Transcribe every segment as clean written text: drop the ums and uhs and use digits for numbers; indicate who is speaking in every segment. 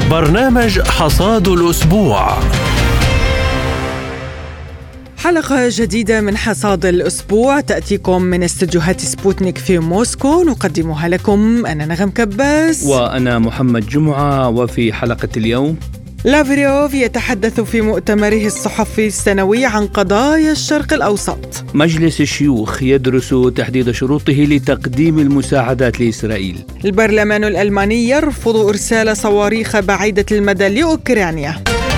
Speaker 1: برنامج حصاد الأسبوع.
Speaker 2: حلقة جديدة من حصاد الأسبوع تأتيكم من استديوهات سبوتنيك في موسكو، نقدمها لكم أنا نغم كباس
Speaker 3: وأنا محمد جمعة. وفي حلقة اليوم
Speaker 2: لافروف يتحدث في مؤتمره الصحفي السنوي عن قضايا الشرق الأوسط.
Speaker 3: مجلس الشيوخ يدرس تحديد شروطه لتقديم المساعدات لإسرائيل.
Speaker 2: البرلمان الألماني يرفض إرسال صواريخ بعيدة المدى لأوكرانيا.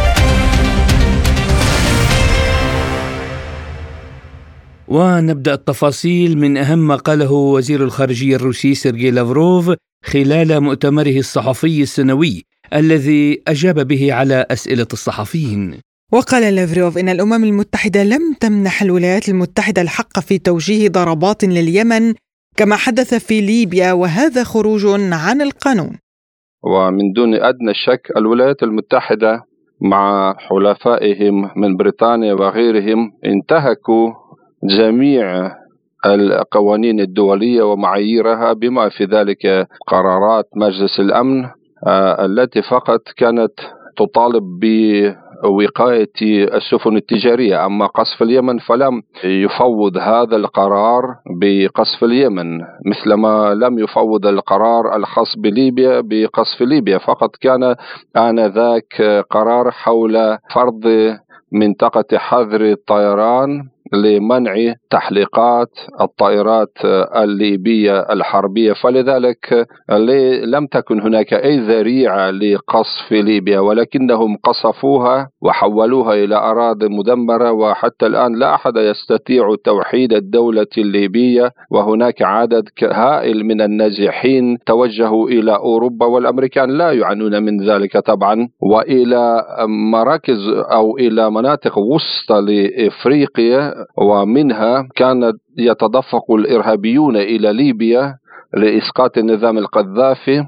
Speaker 3: ونبدأ التفاصيل من أهم ما قاله وزير الخارجية الروسي سيرجي لافروف خلال مؤتمره الصحفي السنوي الذي أجاب به على أسئلة الصحفيين.
Speaker 2: وقال لافروف إن الأمم المتحدة لم تمنح الولايات المتحدة الحق في توجيه ضربات لليمن كما حدث في ليبيا، وهذا خروج عن القانون.
Speaker 4: ومن دون أدنى شك الولايات المتحدة مع حلفائهم من بريطانيا وغيرهم انتهكوا جميع القوانين الدولية ومعاييرها، بما في ذلك قرارات مجلس الأمن التي فقط كانت تطالب بوقاية السفن التجارية. أما قصف اليمن فلم يفوض هذا القرار بقصف اليمن، مثلما لم يفوض القرار الخاص بليبيا بقصف ليبيا. فقط كان آنذاك قرار حول فرض منطقة حظر الطيران لمنع تحليقات الطائرات الليبية الحربية، فلذلك لم تكن هناك أي ذريعة لقصف ليبيا، ولكنهم قصفوها وحولوها إلى أراضي مدمرة، وحتى الآن لا أحد يستطيع توحيد الدولة الليبية. وهناك عدد هائل من النازحين توجهوا إلى أوروبا، والأمريكان لا يعنون من ذلك طبعا، وإلى مراكز أو إلى مناطق وسطى لإفريقيا، ومنها كان يتدفق الإرهابيون إلى ليبيا لإسقاط النظام القذافي.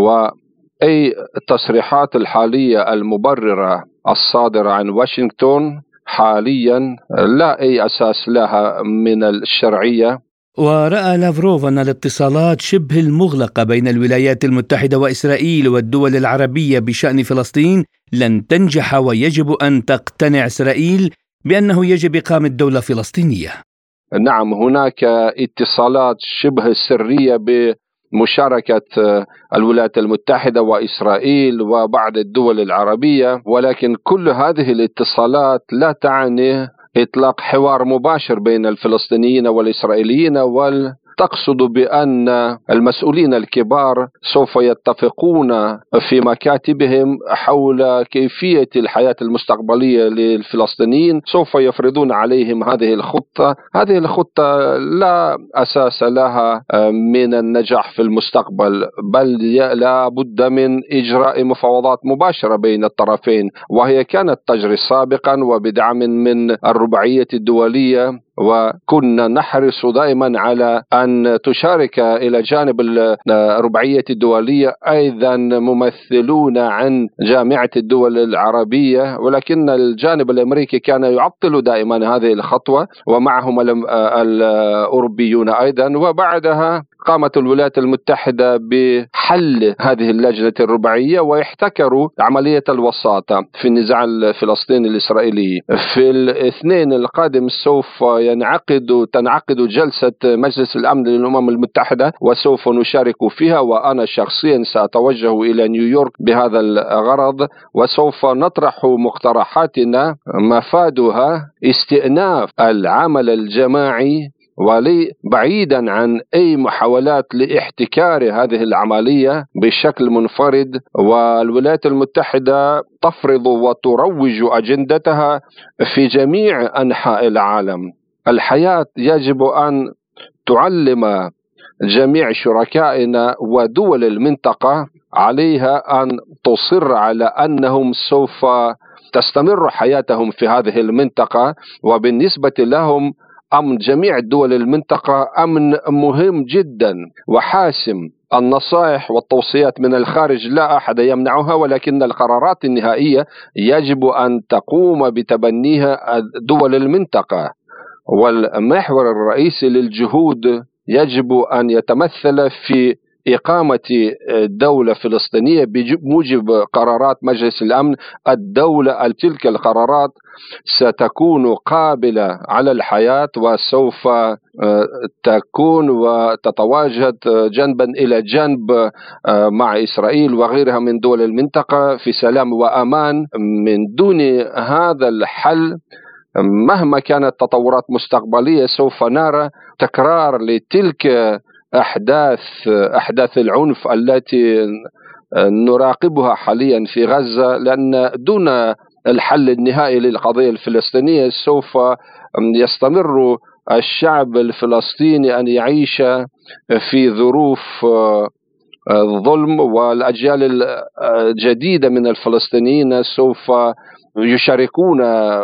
Speaker 4: وأي التصريحات الحالية المبررة الصادرة عن واشنطن حاليا لا أي أساس لها من الشرعية.
Speaker 3: ورأى لافروف أن الاتصالات شبه المغلقة بين الولايات المتحدة وإسرائيل والدول العربية بشأن فلسطين لن تنجح، ويجب أن تقتنع إسرائيل بأنه يجب إقامة دولة فلسطينية.
Speaker 4: نعم، هناك اتصالات شبه سرية بمشاركة الولايات المتحدة وإسرائيل وبعض الدول العربية، ولكن كل هذه الاتصالات لا تعني إطلاق حوار مباشر بين الفلسطينيين والإسرائيليين، تقصد بأن المسؤولين الكبار سوف يتفقون في مكاتبهم حول كيفية الحياة المستقبلية للفلسطينيين، سوف يفرضون عليهم هذه الخطة. هذه الخطة لا أساس لها من النجاح في المستقبل، بل لا بد من إجراء مفاوضات مباشرة بين الطرفين، وهي كانت تجري سابقا وبدعم من الرباعية الدولية. وكنا نحرص دائما على أن تشارك إلى جانب الرباعية الدولية أيضا ممثلون عن جامعة الدول العربية، ولكن الجانب الأمريكي كان يعطل دائما هذه الخطوة، ومعهم الأوروبيون أيضا. وبعدها قامت الولايات المتحدة بحل هذه اللجنة الرباعية ويحتكروا عملية الوساطة في النزاع الفلسطيني الإسرائيلي. في الاثنين القادم سوف تنعقد جلسة مجلس الأمن للأمم المتحدة، وسوف نشارك فيها، وأنا شخصيا سأتوجه إلى نيويورك بهذا الغرض، وسوف نطرح مقترحاتنا مفادها استئناف العمل الجماعي بعيدا عن أي محاولات لاحتكار هذه العملية بشكل منفرد. والولايات المتحدة تفرض وتروج أجندتها في جميع أنحاء العالم. الحياة يجب أن تعلم جميع شركائنا ودول المنطقة عليها أن تصر على أنهم سوف تستمر حياتهم في هذه المنطقة، وبالنسبة لهم أمن جميع دول المنطقة أمن مهم جدا وحاسم. النصائح والتوصيات من الخارج لا أحد يمنعها، ولكن القرارات النهائية يجب أن تقوم بتبنيها دول المنطقة، والمحور الرئيسي للجهود يجب أن يتمثل في إقامة دولة فلسطينية بموجب قرارات مجلس الأمن. الدولة تلك القرارات ستكون قابلة على الحياة، وسوف تكون وتتواجد جنبا إلى جنب مع إسرائيل وغيرها من دول المنطقة في سلام وأمان. من دون هذا الحل مهما كانت تطورات مستقبلية سوف نرى تكرار لتلك أحداث العنف التي نراقبها حاليا في غزة، لأن دون الحل النهائي للقضية الفلسطينية سوف يستمر الشعب الفلسطيني أن يعيش في ظروف الظلم، والأجيال الجديدة من الفلسطينيين سوف يشاركون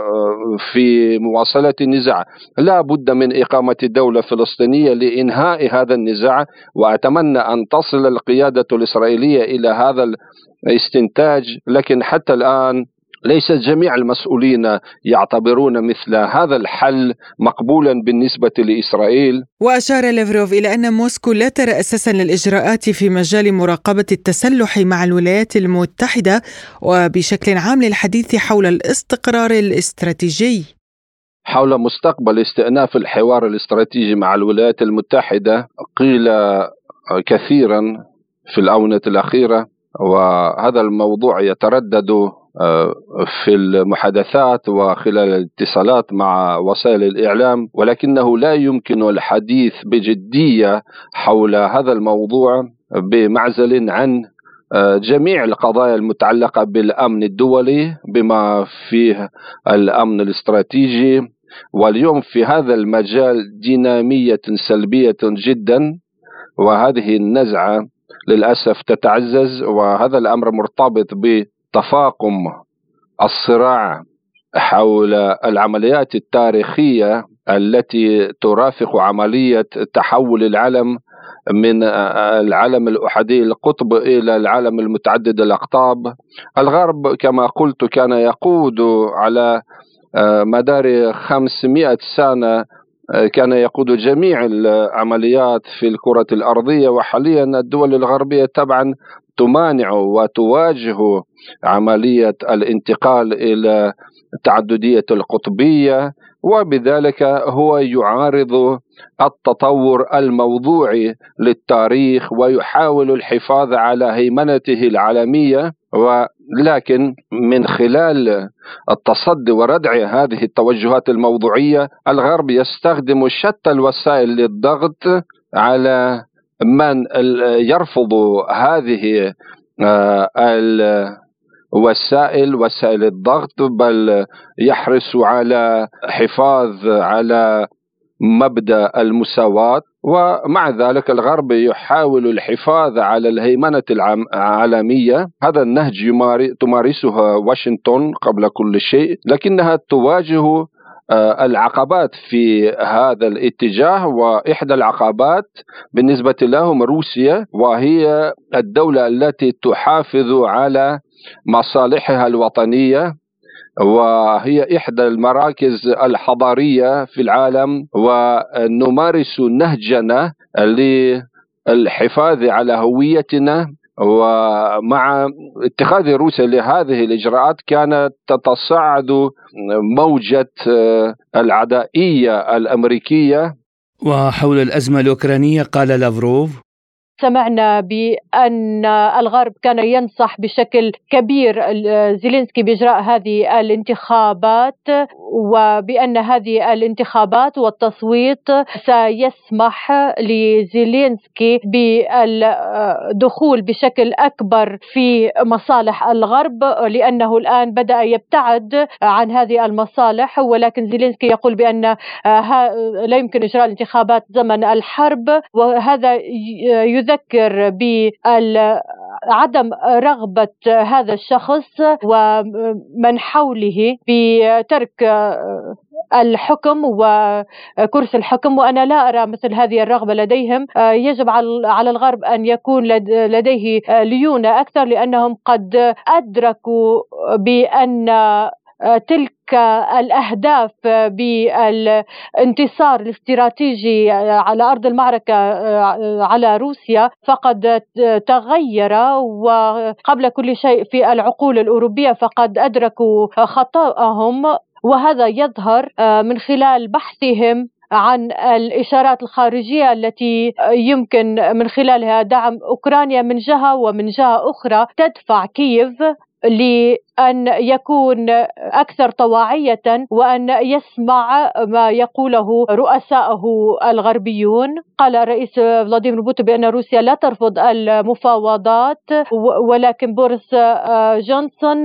Speaker 4: في مواصلة النزاع. لا بد من إقامة دولة فلسطينية لإنهاء هذا النزاع، وأتمنى أن تصل القيادة الإسرائيلية إلى هذا الاستنتاج، لكن حتى الآن ليس جميع المسؤولين يعتبرون مثل هذا الحل مقبولا بالنسبة لإسرائيل.
Speaker 2: وأشار لافروف إلى أن موسكو لا ترى أساسا للإجراءات في مجال مراقبة التسلح مع الولايات المتحدة، وبشكل عام للحديث حول الاستقرار الاستراتيجي.
Speaker 4: حول مستقبل استئناف الحوار الاستراتيجي مع الولايات المتحدة قيل كثيرا في الآونة الأخيرة، وهذا الموضوع يتردد في المحادثات وخلال الاتصالات مع وسائل الإعلام، ولكنه لا يمكن الحديث بجدية حول هذا الموضوع بمعزل عن جميع القضايا المتعلقة بالأمن الدولي بما فيه الأمن الاستراتيجي. واليوم في هذا المجال دينامية سلبية جدا، وهذه النزعة للأسف تتعزز، وهذا الأمر مرتبط بتفاقم الصراع حول العمليات التاريخية التي ترافق عملية تحول العالم من العالم الأحادي القطب إلى العالم المتعدد الأقطاب. الغرب كما قلت كان يقود على مدار 500 سنة، كان يقود جميع العمليات في الكرة الأرضية، وحاليا الدول الغربية طبعا تمانع وتواجه عملية الانتقال إلى التعددية القطبية، وبذلك هو يعارض التطور الموضوعي للتاريخ ويحاول الحفاظ على هيمنته العالمية. ولكن من خلال التصدي وردع هذه التوجهات الموضوعية الغرب يستخدم شتى الوسائل للضغط على من يرفض هذه وسائل الضغط، بل يحرص على حفاظ على مبدأ المساواة. ومع ذلك الغرب يحاول الحفاظ على الهيمنة العالمية. هذا النهج تمارسها واشنطن قبل كل شيء، لكنها تواجه العقبات في هذا الاتجاه، وإحدى العقبات بالنسبة لهم روسيا، وهي الدولة التي تحافظ على مصالحها الوطنية، وهي إحدى المراكز الحضارية في العالم، ونمارس نهجنا للحفاظ على هويتنا. ومع اتخاذ روسيا لهذه الإجراءات كانت تتصاعد موجة العدائية الأمريكية.
Speaker 3: وحول الأزمة الأوكرانية قال لافروف:
Speaker 5: سمعنا بأن الغرب كان ينصح بشكل كبير زيلينسكي بإجراء هذه الانتخابات، وبأن هذه الانتخابات والتصويت سيسمح لزيلينسكي بالدخول بشكل أكبر في مصالح الغرب، لأنه الآن بدأ يبتعد عن هذه المصالح. ولكن زيلينسكي يقول بأن لا يمكن إجراء الانتخابات زمن الحرب، وهذا يذكر بعدم رغبة هذا الشخص ومن حوله بترك الحكم وكرسي الحكم، وأنا لا أرى مثل هذه الرغبة لديهم. يجب على الغرب أن يكون لديه ليونة أكثر، لأنهم قد أدركوا بأن تلك الأهداف بالانتصار الاستراتيجي على أرض المعركة على روسيا فقد تغير، وقبل كل شيء في العقول الأوروبية فقد أدركوا خطأهم، وهذا يظهر من خلال بحثهم عن الإشارات الخارجية التي يمكن من خلالها دعم أوكرانيا من جهة، ومن جهة أخرى تدفع كييف لأن يكون أكثر طواعية وأن يسمع ما يقوله رؤساءه الغربيون. قال الرئيس فلاديمير بوتين بأن روسيا لا ترفض المفاوضات، ولكن بوريس جونسون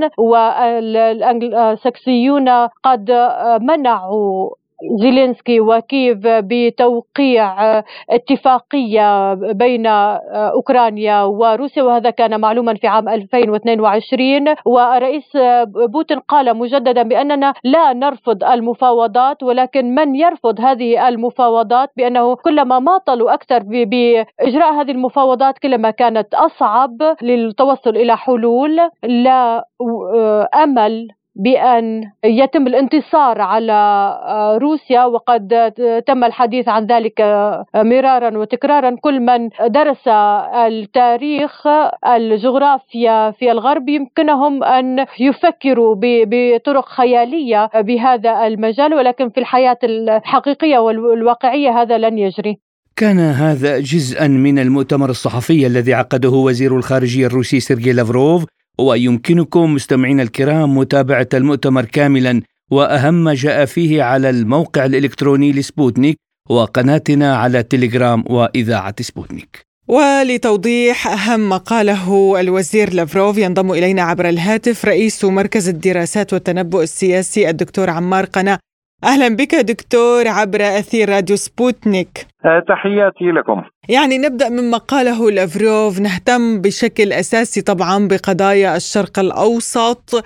Speaker 5: والأنجلوساكسيون قد منعوا زيلينسكي وكييف بتوقيع اتفاقية بين أوكرانيا وروسيا، وهذا كان معلوما في عام 2022. والرئيس بوتين قال مجددا بأننا لا نرفض المفاوضات، ولكن من يرفض هذه المفاوضات بأنه كلما ماطلوا أكثر بإجراء هذه المفاوضات كلما كانت أصعب للتوصل إلى حلول. لا أمل بأن يتم الانتصار على روسيا، وقد تم الحديث عن ذلك مرارا وتكرارا. كل من درس التاريخ الجغرافيا في الغرب يمكنهم أن يفكروا بطرق خيالية بهذا المجال، ولكن في الحياة الحقيقية والواقعية هذا لن يجري.
Speaker 3: كان هذا جزءا من المؤتمر الصحفي الذي عقده وزير الخارجية الروسي سيرجي لافروف، ويمكنكم مستمعين الكرام متابعة المؤتمر كاملا وأهم ما جاء فيه على الموقع الإلكتروني لسبوتنيك وقناتنا على تيليجرام وإذاعة سبوتنيك.
Speaker 2: ولتوضيح أهم ما قاله الوزير لافروف ينضم إلينا عبر الهاتف رئيس مركز الدراسات والتنبؤ السياسي الدكتور عمار قناة. أهلا بك دكتور عبر أثير راديو سبوتنيك.
Speaker 6: تحياتي لكم.
Speaker 2: يعني نبدأ مما قاله لافروف، نهتم بشكل أساسي طبعا بقضايا الشرق الأوسط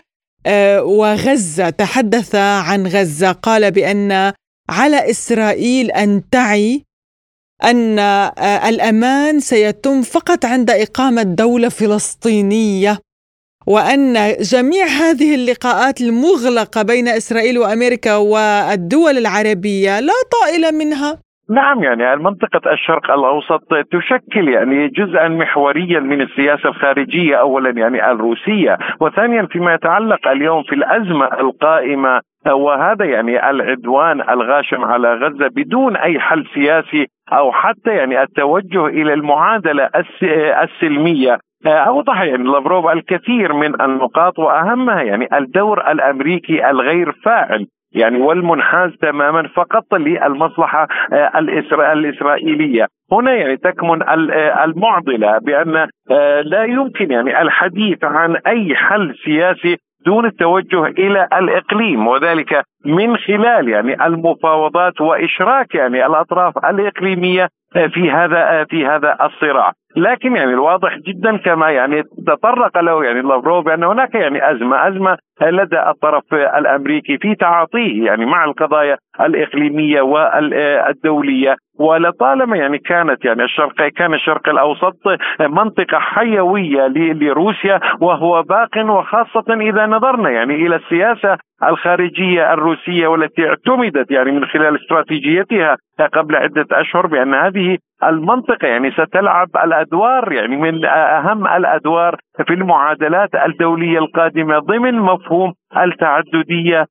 Speaker 2: وغزة. تحدث عن غزة، قال بأن على إسرائيل أن تعي أن الأمان سيتم فقط عند إقامة دولة فلسطينية، وأن جميع هذه اللقاءات المغلقة بين إسرائيل وأمريكا والدول العربية لا طائل منها.
Speaker 6: نعم، يعني منطقة الشرق الأوسط تشكل يعني جزءا محوريا من السياسة الخارجية، أولا يعني الروسية، وثانيا فيما يتعلق اليوم في الأزمة القائمة، وهذا يعني العدوان الغاشم على غزة بدون أي حل سياسي أو حتى يعني التوجه إلى المعادلة السلمية. أوضح يعني لافروف الكثير من النقاط، وأهمها يعني الدور الأمريكي الغير فاعل يعني والمنحاز تماما فقط للمصلحة الإسرائيلية. هنا يعني تكمن المعضلة بأن لا يمكن يعني الحديث عن أي حل سياسي دون التوجه إلى الإقليم، وذلك من خلال يعني المفاوضات وإشراك يعني الأطراف الإقليمية في هذا الصراع. لكن يعني الواضح جدا كما يعني تطرق له يعني لافروف بأن هناك يعني أزمة لدى الطرف الأمريكي في تعاطيه يعني مع القضايا الإقليمية والدولية، ولطالما يعني كان الشرق الأوسط منطقة حيوية لروسيا وهو باق، وخاصة إذا نظرنا يعني إلى السياسة الخارجية الروسية والتي اعتمدت يعني من خلال استراتيجيتها قبل عدة أشهر بأن هذه المنطقة يعني ستلعب الأدوار يعني من أهم الأدوار في المعادلات الدولية القادمة ضمن مفهوم التعددية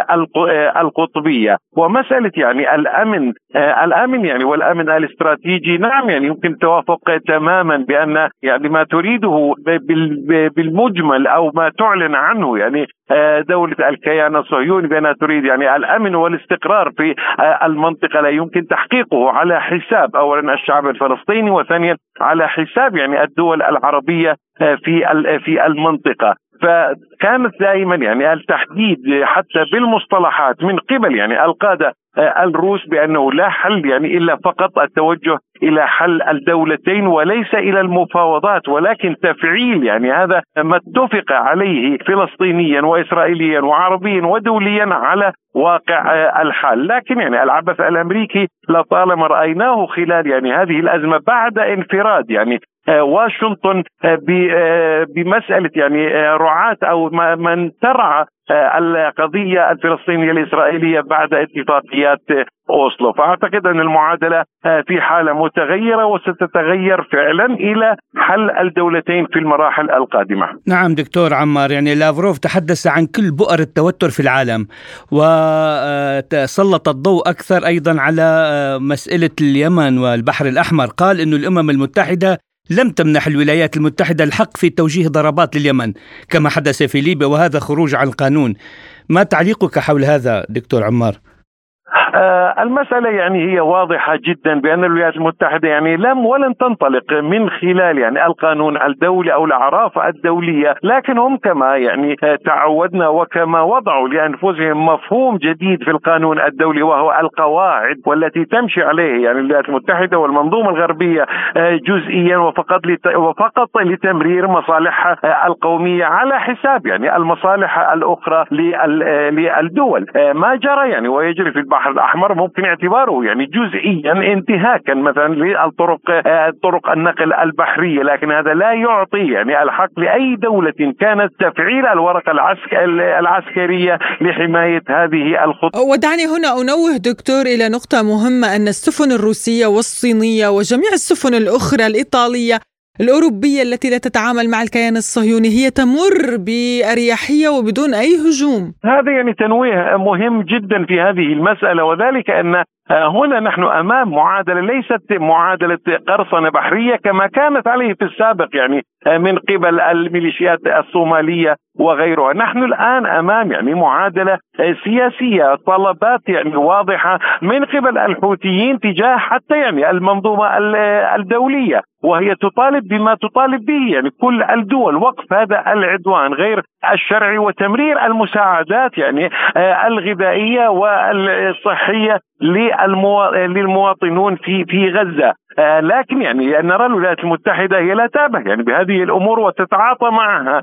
Speaker 6: القطبية. ومسألة يعني الأمن يعني والأمن الاستراتيجي، نعم يعني يمكن توافق تماما بأن يعني ما تريده بالمجمل أو ما تعلن عنه يعني دولة الكيان الصهيوني بأنها تريد يعني الأمن والاستقرار في المنطقة، لا يمكن تحقيقه على حساب أولا الشعب الفلسطيني، وثانيا على حساب يعني الدول العربية في المنطقة. فكانت دائما يعني التحديد حتى بالمصطلحات من قبل يعني القادة الروس بأنه لا حل يعني إلا فقط التوجه إلى حل الدولتين وليس إلى المفاوضات، ولكن تفعيل يعني هذا ما اتفق عليه فلسطينيا وإسرائيليا وعربيا ودوليا على واقع الحال. لكن يعني العبث الأمريكي لطالما رأيناه خلال يعني هذه الأزمة بعد انفراد يعني واشنطن بمسألة يعني رعاة أو من ترعى القضية الفلسطينية الإسرائيلية بعد اتفاقيات أوسلو. فأعتقد أن المعادلة في حالة متغيرة وستتغير فعلا إلى حل الدولتين في المراحل القادمة.
Speaker 3: نعم دكتور عمار، يعني لافروف تحدث عن كل بؤر التوتر في العالم وسلط الضوء أكثر أيضا على مسألة اليمن والبحر الأحمر. قال أن الأمم المتحدة لم تمنح الولايات المتحدة الحق في توجيه ضربات لليمن كما حدث في ليبيا، وهذا خروج عن القانون. ما تعليقك حول هذا دكتور عمار؟
Speaker 6: المسألة يعني هي واضحة جدا بأن الولايات المتحدة يعني ولن تنطلق من خلال يعني القانون الدولي أو الأعراف الدولية، لكن هم كما يعني تعودنا وكما وضعوا لأنفسهم مفهوم جديد في القانون الدولي وهو القواعد والتي تمشي عليه يعني الولايات المتحدة والمنظومة الغربية جزئيا وفقط لتمرير مصالحها القومية على حساب يعني المصالح الأخرى للدول. ما جرى يعني ويجري في البحر الأحمر ممكن اعتباره يعني جزئيا انتهاكا مثلا للطرق النقل البحرية، لكن هذا لا يعطي يعني الحق لأي دولة كانت تفعيل الورقة العسكرية لحماية هذه الخطوط.
Speaker 2: ودعني هنا أنوه دكتور إلى نقطة مهمة، أن السفن الروسية والصينية وجميع السفن الأخرى الإيطالية الأوروبية التي لا تتعامل مع الكيان الصهيوني هي تمر بأريحية وبدون أي هجوم.
Speaker 6: هذا يعني تنويه مهم جدا في هذه المسألة، وذلك أن هنا نحن أمام معادلة ليست معادلة قرصنة بحرية كما كانت عليه في السابق يعني من قبل الميليشيات الصومالية وغيرها. نحن الآن أمام يعني معادلة سياسية، طلبات يعني واضحة من قبل الحوثيين تجاه حتى يعني المنظومة الدولية، وهي تطالب بما تطالب به يعني كل الدول، وقف هذا العدوان غير الشرعي وتمرير المساعدات يعني الغذائية والصحية للمواطنون في غزة. لكن يعني نرى الولايات المتحدة هي لا تأبه يعني بهذه الأمور وتتعاطى معها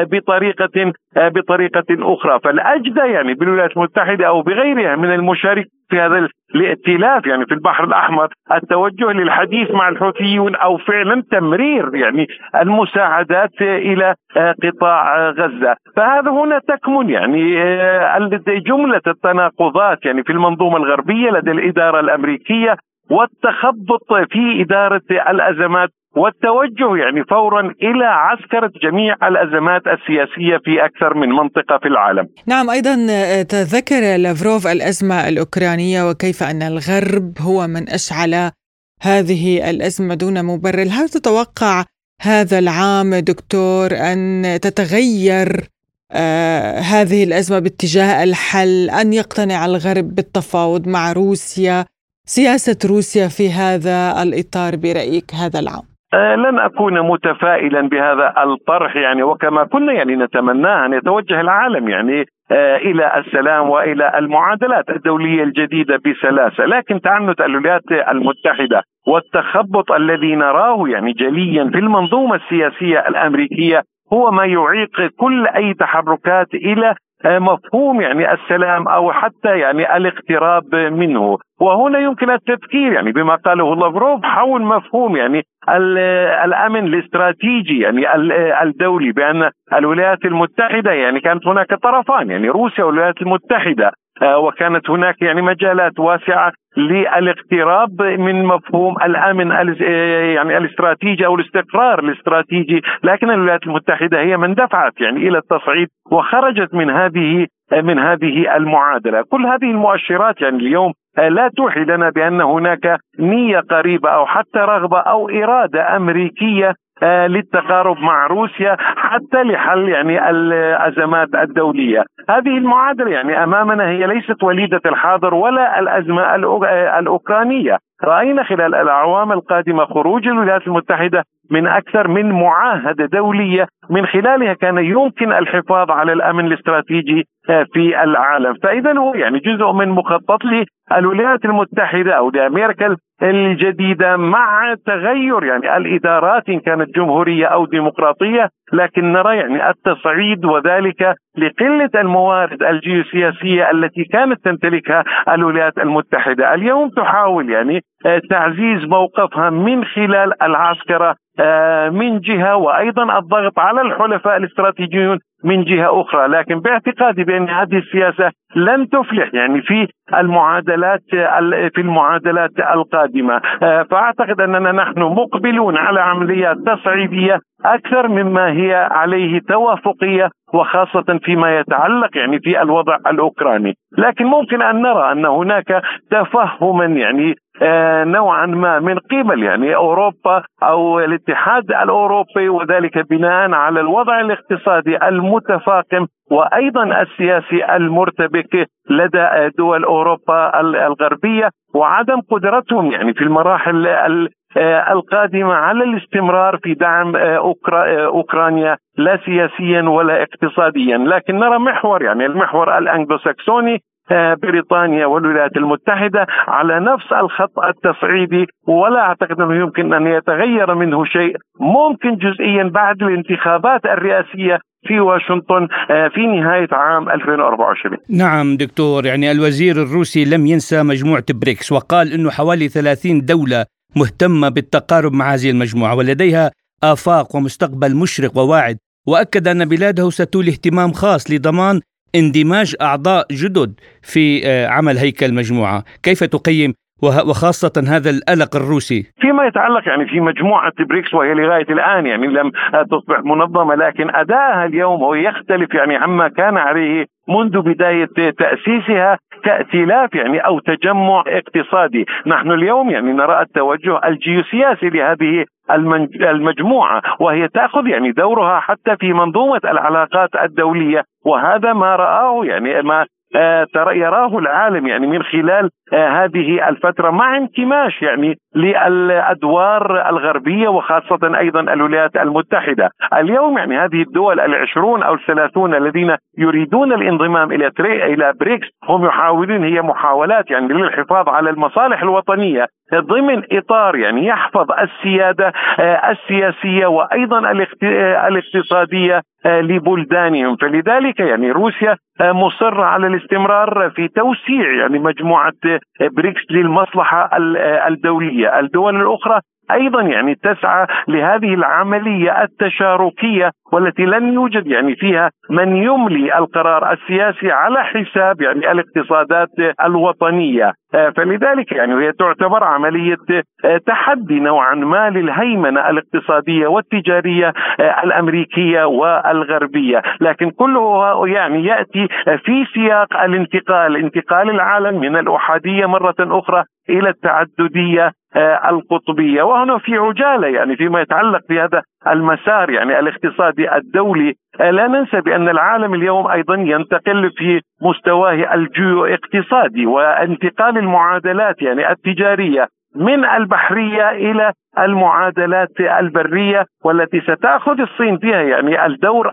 Speaker 6: بطريقة أخرى. فالأجدى يعني بالولايات المتحدة أو بغيرها من المشارك في هذا الائتلاف يعني في البحر الأحمر التوجه للحديث مع الحوثيون أو فعلا تمرير يعني المساعدات إلى قطاع غزة. فهذا هنا تكمن يعني جملة التناقضات يعني في المنظومة الغربية لدى الإدارة الأمريكية والتخبط في إدارة الأزمات والتوجه يعني فورا إلى عسكرة جميع الأزمات السياسية في أكثر من منطقة في العالم.
Speaker 2: نعم، أيضا تذكر لافروف الأزمة الأوكرانية وكيف أن الغرب هو من أشعل هذه الأزمة دون مبرر. هل تتوقع هذا العام دكتور أن تتغير هذه الأزمة باتجاه الحل، أن يقتنع الغرب بالتفاوض مع روسيا، سياسة روسيا في هذا الإطار برأيك هذا العام؟
Speaker 6: لن أكون متفائلا بهذا الطرح يعني، وكما كنا يعني نتمناه أن يتوجه العالم يعني إلى السلام وإلى المعادلات الدولية الجديدة بسلاسة، لكن تعنت الولايات المتحدة والتخبط الذي نراه يعني جليا في المنظومة السياسية الأمريكية هو ما يعيق كل أي تحركات إلى مفهوم يعني السلام أو حتى يعني الاقتراب منه. وهنا يمكن التفكير يعني بما قاله لافروف حول مفهوم يعني الأمن الاستراتيجي يعني الدولي، بأن الولايات المتحدة يعني كانت هناك طرفان يعني روسيا والولايات المتحدة، وكانت هناك يعني مجالات واسعة للاقتراب من مفهوم الأمن يعني الاستراتيجي أو الاستقرار الاستراتيجي، لكن الولايات المتحدة هي من دفعت يعني إلى التصعيد وخرجت من هذه المعادلة. كل هذه المؤشرات يعني اليوم لا توحي لنا بأن هناك نية قريبة أو حتى رغبة أو إرادة أمريكية للتقارب مع روسيا حتى لحل يعني الأزمات الدولية. هذه المعادلة يعني أمامنا هي ليست وليدة الحاضر ولا الأزمة الأوكرانية. رأينا خلال الأعوام القادمة خروج الولايات المتحدة من أكثر من معاهدة دولية من خلالها كان يمكن الحفاظ على الأمن الاستراتيجي في العالم. فإذا هو يعني جزء من مخطط للولايات المتحدة أو لأمريكا الجديدة مع تغير يعني الإدارات إن كانت جمهورية أو ديمقراطية، لكن نرى يعني التصعيد وذلك لقلة الموارد الجيوسياسية التي كانت تمتلكها الولايات المتحدة. اليوم تحاول يعني تعزيز موقفها من خلال العسكرة من جهة، وأيضا الضغط على الحلفاء الاستراتيجيون من جهة أخرى. لكن باعتقادي بأن هذه السياسة لن تفلح يعني في المعادلات القادمة. فأعتقد أننا نحن مقبلون على عمليات تصعيدية أكثر مما هي عليه توافقية، وخاصة فيما يتعلق يعني في الوضع الأوكراني. لكن ممكن أن نرى أن هناك تفهما يعني نوعا ما من قبل يعني أوروبا أو الاتحاد الأوروبي، وذلك بناء على الوضع الاقتصادي المتفاقم وأيضا السياسي المرتبك لدى دول أوروبا الغربية، وعدم قدرتهم يعني في المراحل القادمة على الاستمرار في دعم أوكرانيا لا سياسيا ولا اقتصاديا. لكن نرى محور يعني المحور الأنجلوساكسوني بريطانيا والولايات المتحدة على نفس الخط التصعيدي، ولا أعتقد أنه يمكن أن يتغير منه شيء، ممكن جزئيا بعد الانتخابات الرئاسية في واشنطن في نهاية عام 2024.
Speaker 3: نعم دكتور، يعني الوزير الروسي لم ينسى مجموعة بريكس، وقال أنه حوالي 30 دولة مهتمة بالتقارب مع هذه المجموعة ولديها آفاق ومستقبل مشرق وواعد، وأكد أن بلاده ستولي اهتمام خاص لضمان اندماج أعضاء جدد في عمل هيكل المجموعة. كيف تقيم وخاصة هذا القلق الروسي
Speaker 6: فيما يتعلق يعني في مجموعة بريكس، وهي لغاية الآن يعني لم تصبح منظمة، لكن أدائها اليوم هو يختلف يعني عما كان عليه منذ بداية تأسيسها كائتلاف يعني أو تجمع اقتصادي. نحن اليوم يعني نرى التوجه الجيوسياسي لهذه المجموعة، وهي تأخذ يعني دورها حتى في منظومة العلاقات الدولية، وهذا ما رآه يعني ما يراه العالم يعني من خلال هذه الفترة، مع انكماش يعني للأدوار الغربية وخاصة أيضا الولايات المتحدة. اليوم يعني هذه الدول 20 أو 30 الذين يريدون الانضمام إلى بريكس هم يحاولون، هي محاولات يعني للحفاظ على المصالح الوطنية ضمن إطار يعني يحفظ السيادة السياسية وأيضا الاقتصادية لبلدانهم. فلذلك يعني روسيا مصرة على الاستمرار في توسيع يعني مجموعة بريكس للمصلحة الدولية. الدول الأخرى أيضا يعني تسعى لهذه العملية التشاركية، والتي لن يوجد يعني فيها من يملي القرار السياسي على حساب يعني الاقتصادات الوطنية. فلذلك يعني هي تعتبر عملية تحدي نوعا ما للهيمنة الاقتصادية والتجارية الأمريكية والغربية، لكن كله يعني يأتي في سياق انتقال العالم من الأحادية مرة أخرى إلى التعددية القطبية. وهنا في عجالة يعني فيما يتعلق بهذا المسار يعني الاقتصادي الدولي، لا ننسى بأن العالم اليوم أيضا ينتقل في مستواه الجيو اقتصادي، وانتقال المعادلات يعني التجارية من البحرية إلى المعادلات البرية، والتي ستأخذ الصين فيها يعني الدور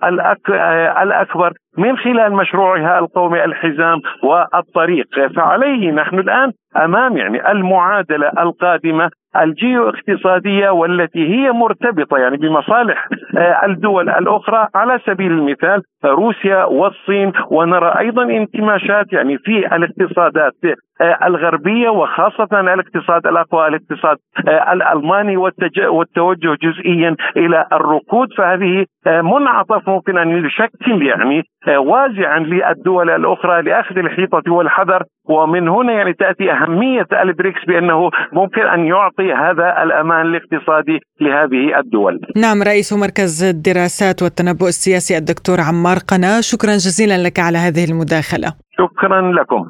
Speaker 6: الأكبر من خلال مشروعها القومي الحزام والطريق. فعليه نحن الآن أمام يعني المعادلة القادمة الجيو اقتصادية، والتي هي مرتبطة يعني بمصالح الدول الأخرى، على سبيل المثال روسيا والصين. ونرى أيضا انكماشات يعني في الاقتصادات الغربية، وخاصة الاقتصاد الأقوى الاقتصاد الألماني، والتوجه جزئيا إلى الركود. فهذه منعطف ممكن أن يشكل يعني وازعا للدول الأخرى لأخذ الحيطة والحذر، ومن هنا يعني تأتي أهمية البريكس بأنه ممكن أن يعطي هذا الأمان الاقتصادي لهذه الدول.
Speaker 2: نعم، رئيس مركز الدراسات والتنبؤ السياسي الدكتور عمار قنا، شكرا جزيلا لك على هذه المداخلة.
Speaker 6: شكرا لكم.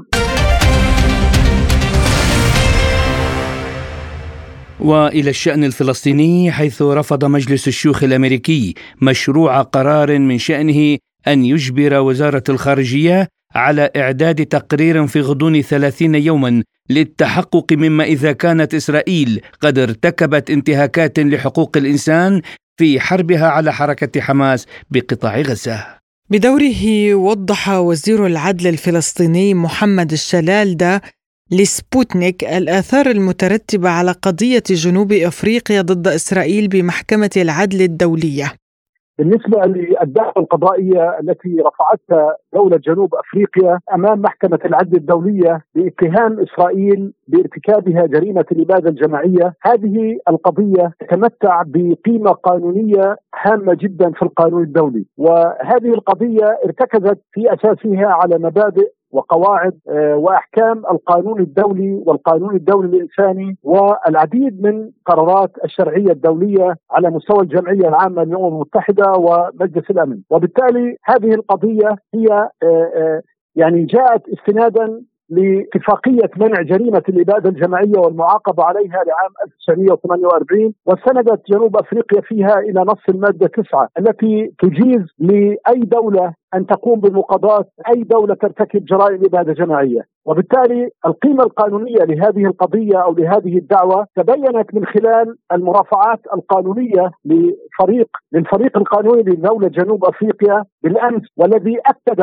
Speaker 3: وإلى الشأن الفلسطيني، حيث رفض مجلس الشيوخ الأمريكي مشروع قرار من شأنه أن يجبر وزارة الخارجية على إعداد تقرير في غضون 30 يوما للتحقق مما إذا كانت إسرائيل قد ارتكبت انتهاكات لحقوق الإنسان في حربها على حركة حماس بقطاع غزة.
Speaker 2: بدوره وضح وزير العدل الفلسطيني محمد الشلالدة لسبوتنيك الآثار المترتبة على قضية جنوب أفريقيا ضد إسرائيل بمحكمة العدل الدولية.
Speaker 7: بالنسبة للدعوة القضائية التي رفعتها دولة جنوب أفريقيا أمام محكمة العدل الدولية باتهام إسرائيل بارتكابها جريمة الإبادة الجماعية، هذه القضية تتمتع بقيمة قانونية هامة جدا في القانون الدولي، وهذه القضية ارتكزت في أساسها على مبادئ وقواعد وأحكام القانون الدولي والقانون الدولي الإنساني والعديد من قرارات الشرعية الدولية على مستوى الجمعية العامة للأمم المتحدة ومجلس الأمن. وبالتالي هذه القضية هي يعني جاءت استنادا لاتفاقية منع جريمة الإبادة الجماعية والمعاقبة عليها لعام 1948، واستندت جنوب أفريقيا فيها إلى نص المادة 9 التي تجيز لأي دولة أن تقوم بمقاضاة أي دولة ترتكب جرائم إبادة جماعية. وبالتالي القيمة القانونية لهذه القضية أو لهذه الدعوة تبينت من خلال المرافعات القانونية للفريق القانوني لدولة جنوب أفريقيا بالأمس، والذي أكد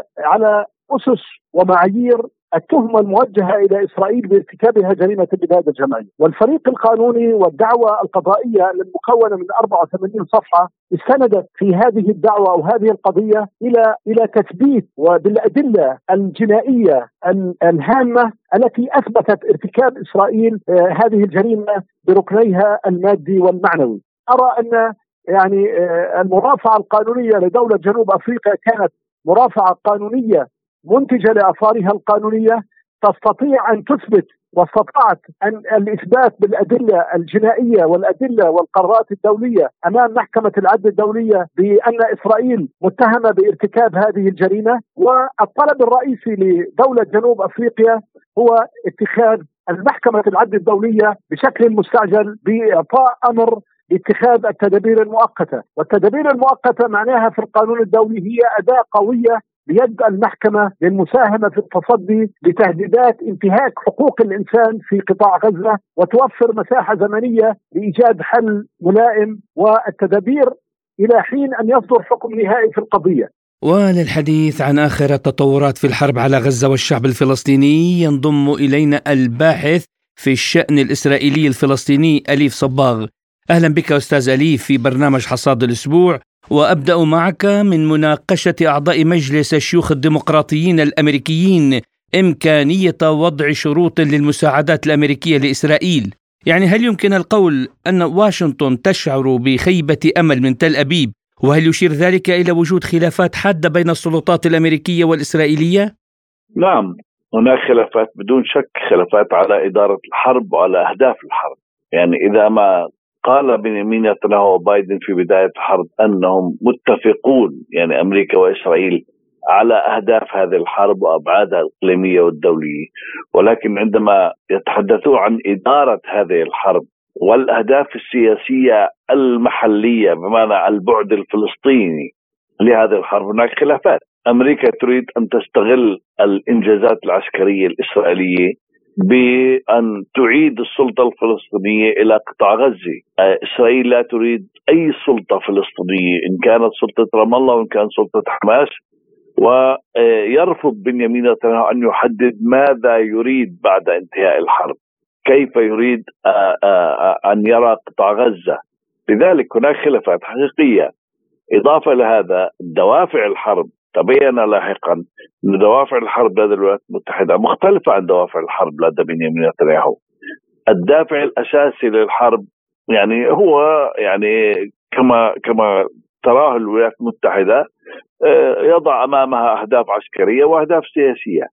Speaker 7: على أسس ومعايير التهمة الموجهة إلى إسرائيل بارتكابها جريمة الإبادة الجماعية. والفريق القانوني والدعوة القضائية المكونة من 84 صفحة استندت في هذه الدعوة أو هذه القضية إلى تثبيت وبالأدلة الجنائية الهامة التي أثبتت ارتكاب إسرائيل هذه الجريمة بركنيها المادي والمعنوي. أرى أن يعني المرافعة القانونية لدولة جنوب أفريقيا كانت مرافعة قانونية منتجة لآثارها القانونية، تستطيع أن تثبت واستطاعت أن الإثبات بالأدلة الجنائية والأدلة والقرارات الدولية أمام محكمة العدل الدولية بأن إسرائيل متهمة بارتكاب هذه الجريمة. والطلب الرئيسي لدولة جنوب أفريقيا هو اتخاذ المحكمة العدل الدولية بشكل مستعجل بإعطاء أمر باتخاذ التدابير المؤقتة. والتدابير المؤقتة معناها في القانون الدولي هي أداة قوية بيد المحكمة للمساهمة في التصدي لتهديدات انتهاك حقوق الإنسان في قطاع غزة، وتوفر مساحة زمنية لإيجاد حل ملائم والتدابير إلى حين أن يصدر حكم نهائي في القضية.
Speaker 3: وللحديث عن آخر التطورات في الحرب على غزة والشعب الفلسطيني ينضم إلينا الباحث في الشأن الإسرائيلي الفلسطيني أليف صباغ. أهلا بك أستاذ أليف في برنامج حصاد الأسبوع، وأبدأ معك من مناقشة أعضاء مجلس الشيوخ الديمقراطيين الأمريكيين إمكانية وضع شروط للمساعدات الأمريكية لإسرائيل. يعني هل يمكن القول أن واشنطن تشعر بخيبة أمل من تل أبيب؟ وهل يشير ذلك إلى وجود خلافات حادة بين السلطات الأمريكية والإسرائيلية؟
Speaker 8: نعم، هناك خلافات بدون شك، خلافات على إدارة الحرب وعلى أهداف الحرب. يعني إذا ما قال بنيامين نتنياهو وبايدن في بداية الحرب أنهم متفقون، يعني أمريكا وإسرائيل، على أهداف هذه الحرب وأبعادها الإقليمية والدولية، ولكن عندما يتحدثون عن إدارة هذه الحرب والأهداف السياسية المحلية بمعنى البعد الفلسطيني لهذه الحرب، هناك خلافات. أمريكا تريد أن تستغل الإنجازات العسكرية الإسرائيلية بأن تعيد السلطة الفلسطينية إلى قطاع غزة. إسرائيل لا تريد أي سلطة فلسطينية، إن كانت سلطة رام الله وإن كانت سلطة حماس. ويرفض بنيامين نتنياهو أن يحدد ماذا يريد بعد انتهاء الحرب، كيف يريد أن يرى قطاع غزة. لذلك هناك خلافات حقيقية. إضافة لهذا دوافع الحرب، تبين لاحقا أن دوافع الحرب لدى الولايات المتحدة مختلفة عن دوافع الحرب لدى بنيامين نتنياهو. الدافع الأساسي للحرب يعني هو يعني كما تراه الولايات المتحدة يضع أمامها أهداف عسكرية وأهداف سياسية،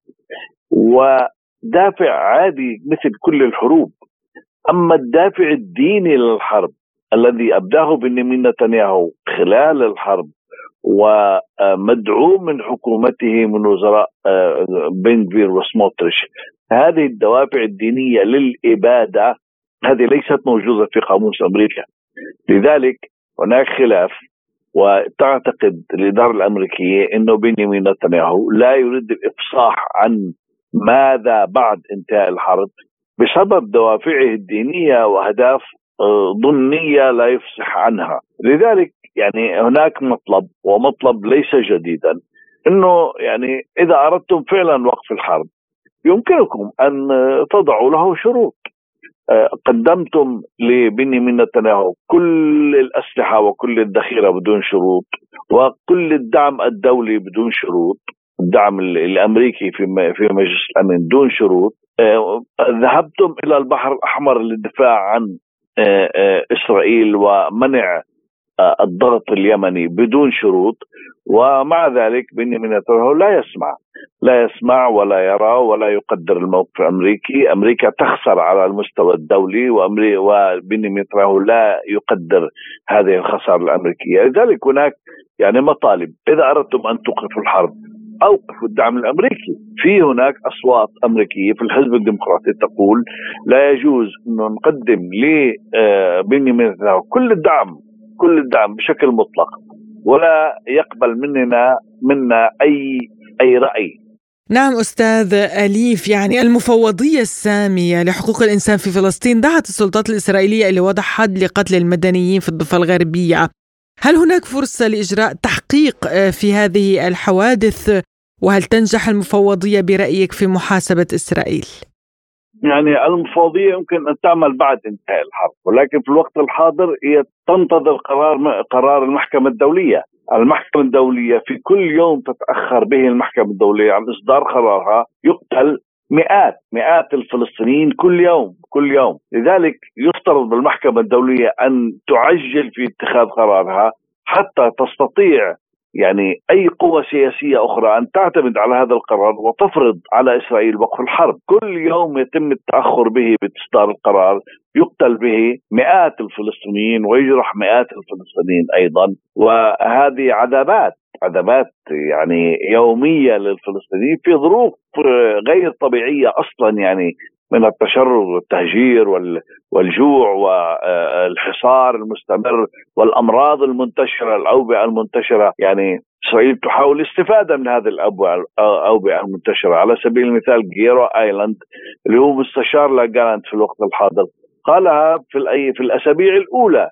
Speaker 8: ودافع عادي مثل كل الحروب. أما الدافع الديني للحرب الذي أبداه بنيامين نتنياهو خلال الحرب ومدعوم من حكومته من وزراء بن غفير وسموتريش، هذه الدوافع الدينية للإبادة هذه ليست موجودة في قاموس أمريكا. لذلك هناك خلاف، وتعتقد الإدارة الأمريكية أنه بنيامين نتنياهو لا يريد الإفصاح عن ماذا بعد انتهاء الحرب بسبب دوافعه الدينية وأهداف ضمنية لا يفصح عنها. لذلك يعني هناك مطلب، ومطلب ليس جديدا، أنه يعني إذا أردتم فعلا وقف الحرب يمكنكم أن تضعوا له شروط. قدمتم لبنيامين نتنياهو كل الأسلحة وكل الذخيرة بدون شروط، وكل الدعم الدولي بدون شروط، الدعم الأمريكي في مجلس الأمن دون شروط. ذهبتم إلى البحر الأحمر للدفاع عن إسرائيل ومنع الضغط اليمني بدون شروط، ومع ذلك بنيامين نتنياهو لا يسمع ولا يرى ولا يقدر الموقف الأمريكي. أمريكا تخسر على المستوى الدولي، وبنيامين نتنياهو لا يقدر هذه الخسارة الأمريكية. لذلك هناك يعني مطالب، إذا أردتم أن توقفوا الحرب أوقفوا الدعم الأمريكي. في هناك أصوات أمريكية في الحزب الديمقراطي تقول لا يجوز أن نقدم لبنيامين نتنياهو كل الدعم بشكل مطلق، ولا يقبل منا أي رأي.
Speaker 2: نعم أستاذ أليف، يعني المفوضية السامية لحقوق الإنسان في فلسطين دعت السلطات الإسرائيلية لوضع حد لقتل المدنيين في الضفة الغربية. هل هناك فرصة لإجراء تحقيق في هذه الحوادث؟ وهل تنجح المفوضية برأيك في محاسبة إسرائيل؟
Speaker 8: يعني المفوضية يمكن أن تعمل بعد انتهاء الحرب، ولكن في الوقت الحاضر هي تنتظر قرار المحكمة الدولية. المحكمة الدولية في كل يوم تتأخر به المحكمة الدولية عن إصدار قرارها يقتل مئات الفلسطينيين كل يوم. لذلك يفترض بالمحكمة الدولية أن تعجل في اتخاذ قرارها حتى تستطيع يعني أي قوة سياسية أخرى أن تعتمد على هذا القرار وتفرض على إسرائيل وقف الحرب. كل يوم يتم التأخر به بإصدار القرار يقتل به مئات الفلسطينيين ويجرح مئات الفلسطينيين أيضا، وهذه عذابات يعني يومية للفلسطينيين في ظروف غير طبيعية أصلا، يعني من التشرد والتهجير والجوع والحصار المستمر والأمراض المنتشرة، الأوبئة المنتشرة. يعني إسرائيل تحاول الاستفادة من هذه الأوبئة المنتشرة. على سبيل المثال جيرو آيلاند اللي هو مستشار لاجالانت في الوقت الحاضر قالها في الأسابيع الأولى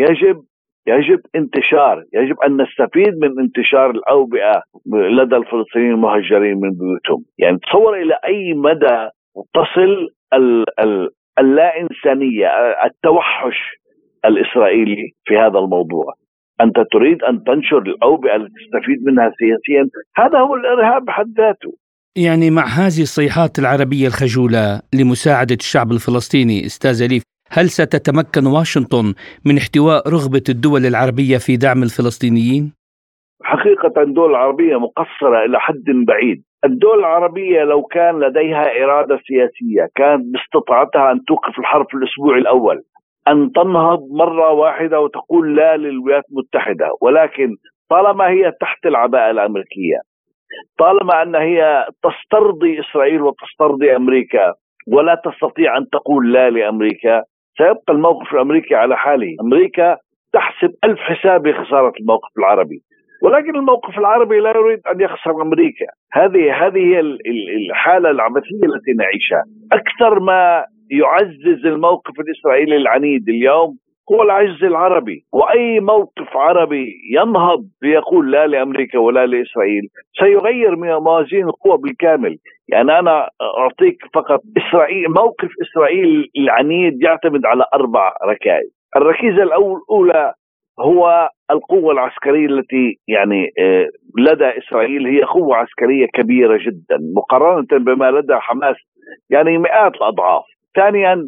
Speaker 8: يجب أن نستفيد من انتشار الأوبئة لدى الفلسطينيين المهجرين من بيوتهم. يعني تصور إلى أي مدى تصل اللا إنسانية، التوحش الإسرائيلي في هذا الموضوع. أنت تريد أن تنشر الأوبئة التي تستفيد منها سياسيا، هذا هو الإرهاب بحد ذاته.
Speaker 3: يعني مع هذه الصيحات العربية الخجولة لمساعدة الشعب الفلسطيني أستاذ أليف، هل ستتمكن واشنطن من احتواء رغبة الدول العربية في دعم الفلسطينيين؟
Speaker 8: حقيقة الدول العربية مقصرة إلى حد بعيد. الدول العربية لو كان لديها إرادة سياسية كانت باستطاعتها أن توقف الحرب في الأسبوع الأول، أن تنهض مرة واحدة وتقول لا للولايات المتحدة. ولكن طالما هي تحت العباءة الأمريكية، طالما أن هي تسترضي إسرائيل وتسترضي أمريكا ولا تستطيع أن تقول لا لأمريكا، سيبقى الموقف الأمريكي على حاله. أمريكا تحسب 1000 حساب لخسارة الموقف العربي، ولكن الموقف العربي لا يريد أن يخسر أمريكا. هذه هي الحالة العبثية التي نعيشها. أكثر ما يعزز الموقف الإسرائيلي العنيد اليوم هو العجز العربي، وأي موقف عربي ينهض ليقول لا لأمريكا ولا لإسرائيل سيغير من موازين القوى بالكامل. يعني أنا أعطيك فقط موقف إسرائيل العنيد يعتمد على 4 ركائز. الركيزة الأولى هو القوة العسكرية التي يعني لدى إسرائيل هي قوة عسكرية كبيرة جدا مقارنة بما لدى حماس، يعني مئات الأضعاف. ثانيا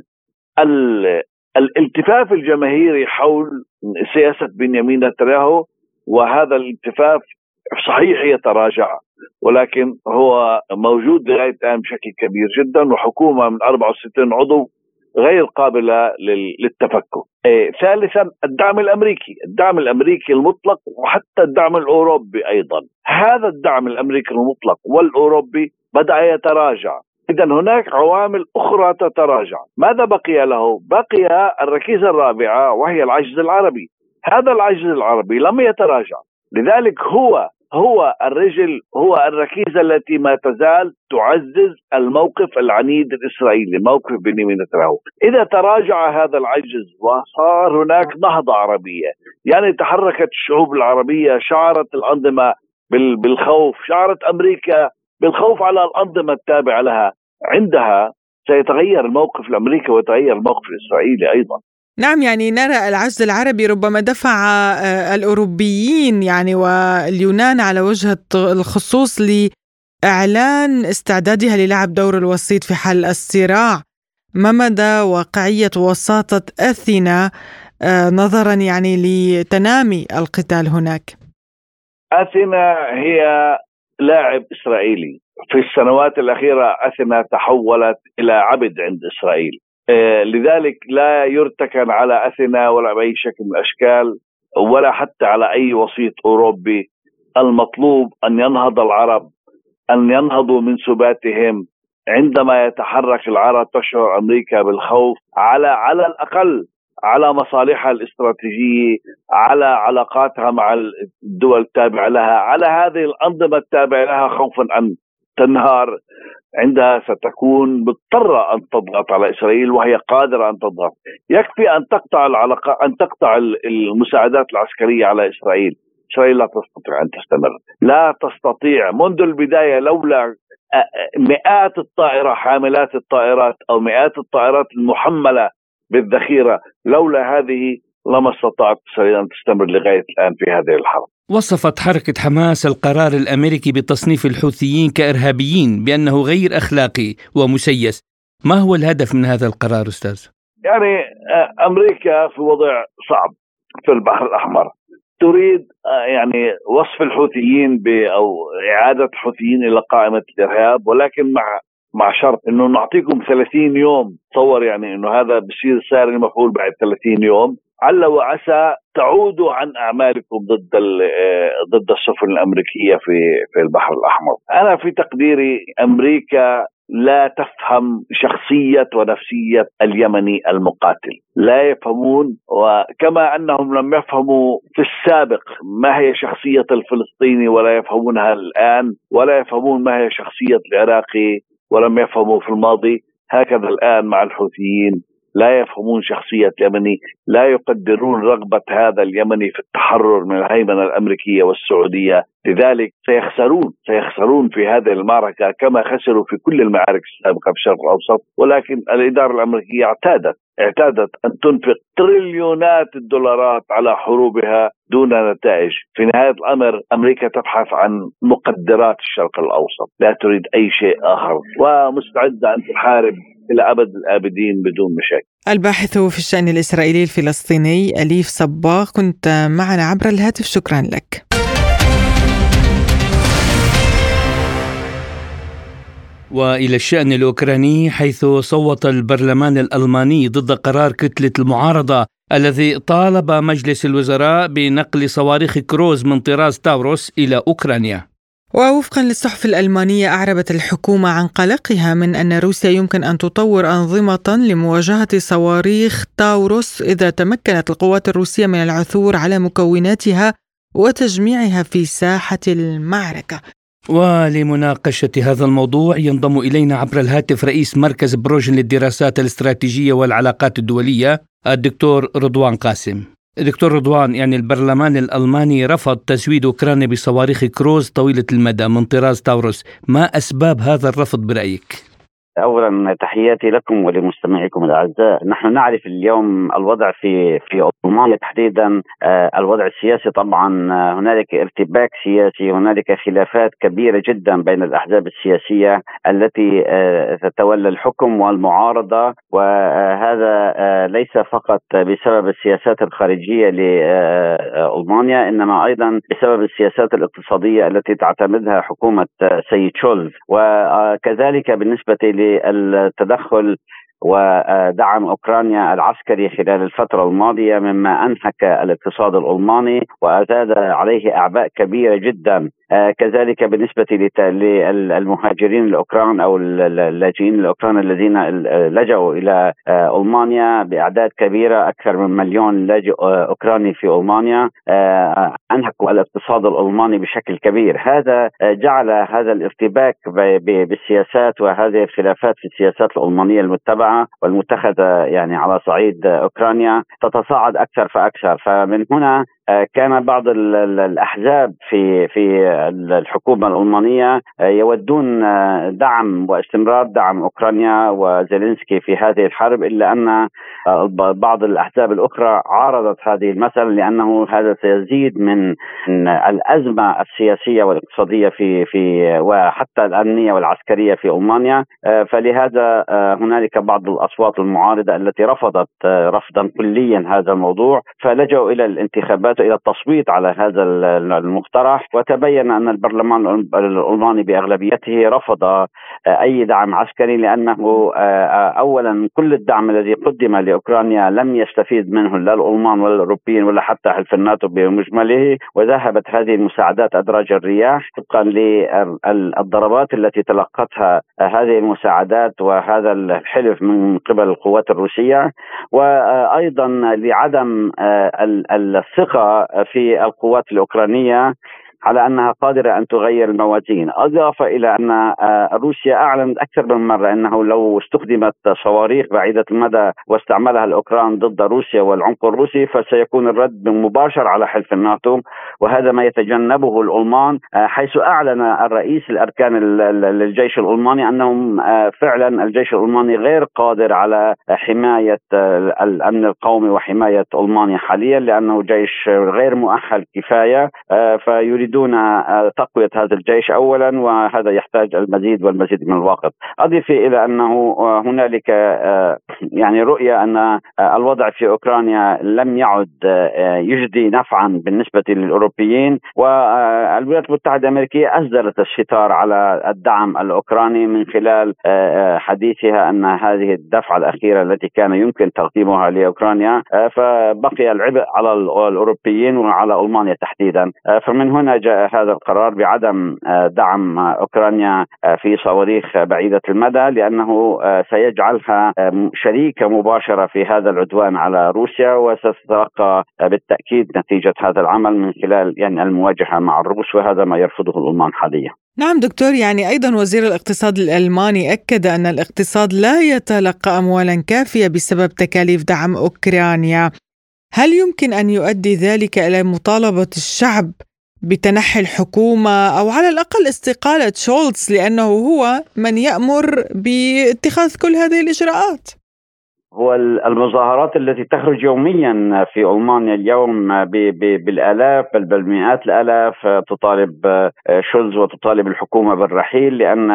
Speaker 8: الالتفاف الجماهيري حول سياسة بنيامين نتنياهو، وهذا الالتفاف صحيح يتراجع ولكن هو موجود لغاية الآن بشكل كبير جدا، وحكومة من 64 عضو غير قابلة للتفكك. ثالثا الدعم الأمريكي المطلق وحتى الدعم الأوروبي أيضا. هذا الدعم الأمريكي المطلق والأوروبي بدأ يتراجع. إذن هناك عوامل أخرى تتراجع. ماذا بقي له؟ بقي الركيزة الرابعة وهي العجز العربي. هذا العجز العربي لم يتراجع، لذلك هو الركيزة التي ما تزال تعزز الموقف العنيد الإسرائيلي، موقف بنيامين نتنياهو. إذا تراجع هذا العجز وصار هناك نهضة عربية، يعني تحركت الشعوب العربية، شعرت الأنظمة بالخوف، شعرت أمريكا بالخوف على الأنظمة التابعة لها، عندها سيتغير الموقف الأمريكي ويتغير الموقف الإسرائيلي أيضا.
Speaker 2: نعم، يعني نرى العجز العربي ربما دفع الأوروبيين يعني واليونان على وجه الخصوص لإعلان استعدادها للعب دور الوسيط في حل الصراع. ما مدى واقعية وساطة أثينا نظرا يعني لتنامي القتال هناك؟
Speaker 8: أثينا هي لاعب إسرائيلي. في السنوات الأخيرة أثينا تحولت إلى عبد عند إسرائيل، لذلك لا يرتكن على أثينا ولا بأي شكل من الأشكال ولا حتى على أي وسيط أوروبي. المطلوب أن ينهض العرب، أن ينهضوا من سباتهم. عندما يتحرك العرب تشعر أمريكا بالخوف على الأقل على مصالحها الاستراتيجية، على علاقاتها مع الدول التابعة لها، على هذه الأنظمة التابعة لها، خوفا أن تنهار. عندها ستكون مضطرة أن تضغط على إسرائيل وهي قادرة أن تضغط. يكفي أن تقطع العلاقة، أن تقطع المساعدات العسكرية على إسرائيل. إسرائيل لا تستطيع أن تستمر، لا تستطيع منذ البداية. لولا مئات الطائرات حاملات الطائرات أو مئات الطائرات المحملة بالذخيرة، لولا هذه لما استطاعت إسرائيل أن تستمر لغاية الآن في هذه الحرب.
Speaker 3: وصفت حركة حماس القرار الأمريكي بتصنيف الحوثيين كإرهابيين بأنه غير أخلاقي ومسيس. ما هو الهدف من هذا القرار أستاذ؟
Speaker 8: يعني أمريكا في وضع صعب في البحر الأحمر، تريد يعني وصف الحوثيين أو إعادة الحوثيين إلى قائمة الإرهاب، ولكن مع شرط إنه نعطيكم 30 يوم. تصور يعني إنه هذا بصير صار المفعول بعد 30 يوم. عل وعسى تعودوا عن أعمالكم ضد السفن الأمريكية في البحر الأحمر. أنا في تقديري أمريكا لا تفهم شخصية ونفسية اليمني المقاتل، لا يفهمون. وكما أنهم لم يفهموا في السابق ما هي شخصية الفلسطيني ولا يفهمونها الآن، ولا يفهمون ما هي شخصية العراقي ولم يفهموا في الماضي، هكذا الآن مع الحوثيين لا يفهمون شخصية اليمني، لا يقدرون رغبة هذا اليمني في التحرر من الهيمنة الأمريكية والسعودية. لذلك سيخسرون في هذه المعركة كما خسروا في كل المعارك السابقة في الشرق الأوسط. ولكن الإدارة الأمريكية اعتادت أن تنفق تريليونات الدولارات على حروبها دون نتائج. في نهاية الأمر أمريكا تبحث عن مقدرات الشرق الأوسط، لا تريد أي شيء آخر، ومستعدة أن تحارب إلى أبد الآبدين بدون مشاكل.
Speaker 2: الباحث في الشأن الإسرائيلي الفلسطيني أليف صباغ، كنت معنا عبر الهاتف، شكرا لك.
Speaker 3: وإلى الشأن الأوكراني، حيث صوت البرلمان الألماني ضد قرار كتلة المعارضة الذي طالب مجلس الوزراء بنقل صواريخ كروز من طراز تاوروس إلى أوكرانيا.
Speaker 2: ووفقا للصحف الألمانية، أعربت الحكومة عن قلقها من أن روسيا يمكن أن تطور أنظمة لمواجهة صواريخ تاوروس إذا تمكنت القوات الروسية من العثور على مكوناتها وتجميعها في ساحة المعركة.
Speaker 3: ولمناقشة هذا الموضوع ينضم إلينا عبر الهاتف رئيس مركز بروجن للدراسات الاستراتيجية والعلاقات الدولية الدكتور رضوان قاسم. دكتور رضوان، يعني البرلمان الألماني رفض تزويد أوكرانيا بصواريخ كروز طويلة المدى من طراز تاوروس، ما أسباب هذا الرفض برأيك؟
Speaker 9: أولا تحياتي لكم ولمستمعيكم الأعزاء. نحن نعرف اليوم الوضع في ألمانيا تحديدا، الوضع السياسي طبعا هنالك ارتباك سياسي، هنالك خلافات كبيرة جدا بين الأحزاب السياسية التي تتولى الحكم والمعارضة، وهذا ليس فقط بسبب السياسات الخارجية لألمانيا، إنما أيضا بسبب السياسات الاقتصادية التي تعتمدها حكومة سيد شولز، وكذلك بالنسبة للتدخل ودعم أوكرانيا العسكري خلال الفترة الماضية، مما أنهك الاقتصاد الألماني وأزاد عليه أعباء كبيرة جدا. كذلك بالنسبة للمهاجرين الأوكران أو اللاجئين الأوكران الذين لجأوا إلى ألمانيا بأعداد كبيرة، أكثر من 1,000,000 لاجئ أوكراني في ألمانيا، أنهكوا الاقتصاد الألماني بشكل كبير. هذا جعل هذا الارتباك بالسياسات وهذه الخلافات في السياسات الألمانية المتبعة والمتخذة يعني على صعيد أوكرانيا تتصاعد أكثر فأكثر. فمن هنا كان بعض الأحزاب في الحكومة الألمانية يودون دعم واستمرار دعم أوكرانيا وزيلينسكي في هذه الحرب، إلا أن بعض الأحزاب الأخرى عارضت هذه المسألة لأنه هذا سيزيد من الأزمة السياسية والاقتصادية في وحتى الأمنية والعسكرية في ألمانيا. فلهذا هنالك بعض الأصوات المعارضة التي رفضت رفضا كليا هذا الموضوع، فلجأوا إلى الانتخابات وإلى التصويت على هذا المقترح، وتبين أن البرلمان الألماني بأغلبيته رفض أي دعم عسكري، لأنه أولا كل الدعم الذي قدم لأوكرانيا لم يستفيد منه لا الألمان ولا الأوروبيين ولا حتى حلف الناتو بمجمله، وذهبت هذه المساعدات أدراج الرياح طبقا للضربات التي تلقتها هذه المساعدات وهذا الحلف من قبل القوات الروسية، وأيضا لعدم الثقة في القوات الأوكرانية على أنها قادرة أن تغير الموازين. أضاف إلى أن روسيا أعلنت أكثر من مرة أنه لو استخدمت صواريخ بعيدة المدى واستعملها الأوكران ضد روسيا والعمق الروسي فسيكون الرد مباشر على حلف الناتو، وهذا ما يتجنبه الألمان، حيث أعلن الرئيس الأركان للجيش الألماني أنهم فعلا الجيش الألماني غير قادر على حماية الأمن القومي وحماية ألمانيا حاليا، لأنه جيش غير مؤهل كفاية، فيريدون تقوية هذا الجيش أولا، وهذا يحتاج المزيد والمزيد من الوقت. أضيف إلى أنه هنالك يعني رؤية أن الوضع في أوكرانيا لم يعد يجدي نفعا بالنسبة للأوروبيين، والولايات المتحدة الأمريكية أسدلت الستار على الدعم الأوكراني من خلال حديثها أن هذه الدفعة الأخيرة التي كان يمكن تقديمها لأوكرانيا فبقي العبء على الأوروبيين وعلى ألمانيا تحديدا. فمن هنا جاء هذا القرار بعدم دعم أوكرانيا في صواريخ بعيدة المدى، لأنه سيجعلها شريكة مباشرة في هذا العدوان على روسيا، وستتلقى بالتأكيد نتيجة هذا العمل من خلال يعني المواجهة مع الروس، وهذا ما يرفضه الألمان حاليا.
Speaker 2: نعم دكتور، يعني أيضا وزير الاقتصاد الألماني أكد أن الاقتصاد لا يتلقى أموالا كافية بسبب تكاليف دعم أوكرانيا. هل يمكن أن يؤدي ذلك إلى مطالبة الشعب بتنحي الحكومة أو على الأقل استقالة شولتز، لأنه هو من يأمر باتخاذ كل هذه الإجراءات؟
Speaker 9: هو المظاهرات التي تخرج يوميا في ألمانيا اليوم بالآلاف بل بالمئات الآلاف تطالب شولز وتطالب الحكومة بالرحيل، لأن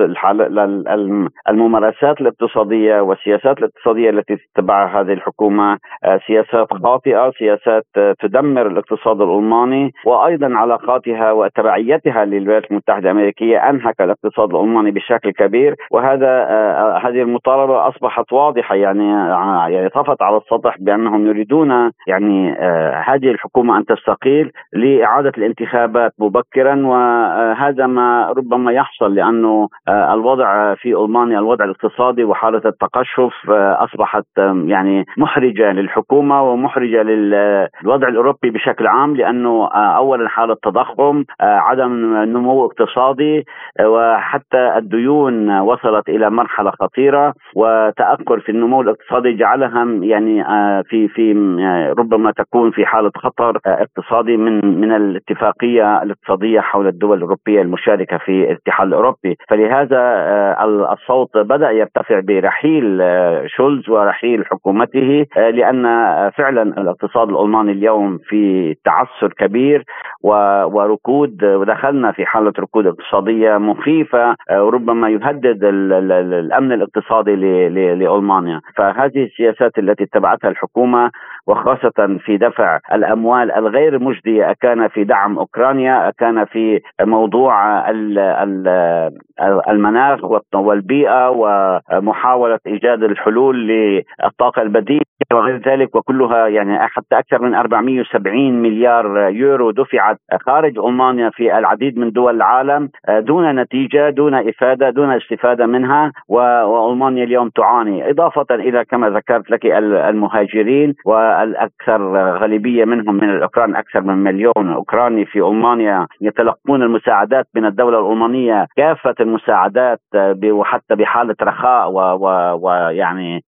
Speaker 9: الممارسات الاقتصادية والسياسات الاقتصادية التي تتبعها هذه الحكومة سياسات خاطئة، سياسات تدمر الاقتصاد الألماني، وأيضا علاقاتها وتبعيتها للولايات المتحدة الأمريكية أنهك الاقتصاد الألماني بشكل كبير. هذه المطالبة أصبحت واضحة، يعني طفت على السطح بأنهم يريدون يعني هذه الحكومة أن تستقيل لإعادة الانتخابات مبكرا، وهذا ما ربما يحصل لأنه الوضع في ألمانيا الوضع الاقتصادي وحالة التقشف أصبحت يعني محرجة للحكومة ومحرجة للوضع الأوروبي بشكل عام، لأنه أولا حالة تضخم، عدم نمو اقتصادي، وحتى الديون وصلت إلى مرحلة خطيرة، وتأخر في النمو الاقتصادي جعلها يعني في ربما تكون في حالة خطر اقتصادي من الاتفاقية الاقتصادية حول الدول الأوروبية المشاركة في الاتحاد الأوروبي. فلهذا الصوت بدأ يرتفع برحيل شولز ورحيل حكومته، لأن فعلا الاقتصاد الألماني اليوم في تعثر كبير وركود، ودخلنا في حالة ركود اقتصادية مخيفة وربما يهدد الأمن الاقتصادي لألمانيا. فهذه السياسات التي اتبعتها الحكومة وخاصة في دفع الأموال الغير مجدية، كان في دعم أوكرانيا، كان في موضوع المناخ والبيئة ومحاولة إيجاد الحلول للطاقة البديلة وغير ذلك، وكلها يعني حتى أكثر من 470 مليار يورو دفعت خارج ألمانيا في العديد من دول العالم دون نتيجة، دون إفادة، دون استفادة منها، وألمانيا اليوم تعاني، إضافة إلى كما ذكرت لك المهاجرين، والأكثر غالبية منهم من الأوكران، أكثر من 1,000,000 أوكراني في ألمانيا يتلقون المساعدات من الدولة الألمانية، كافة المساعدات وحتى بحالة رخاء ويعني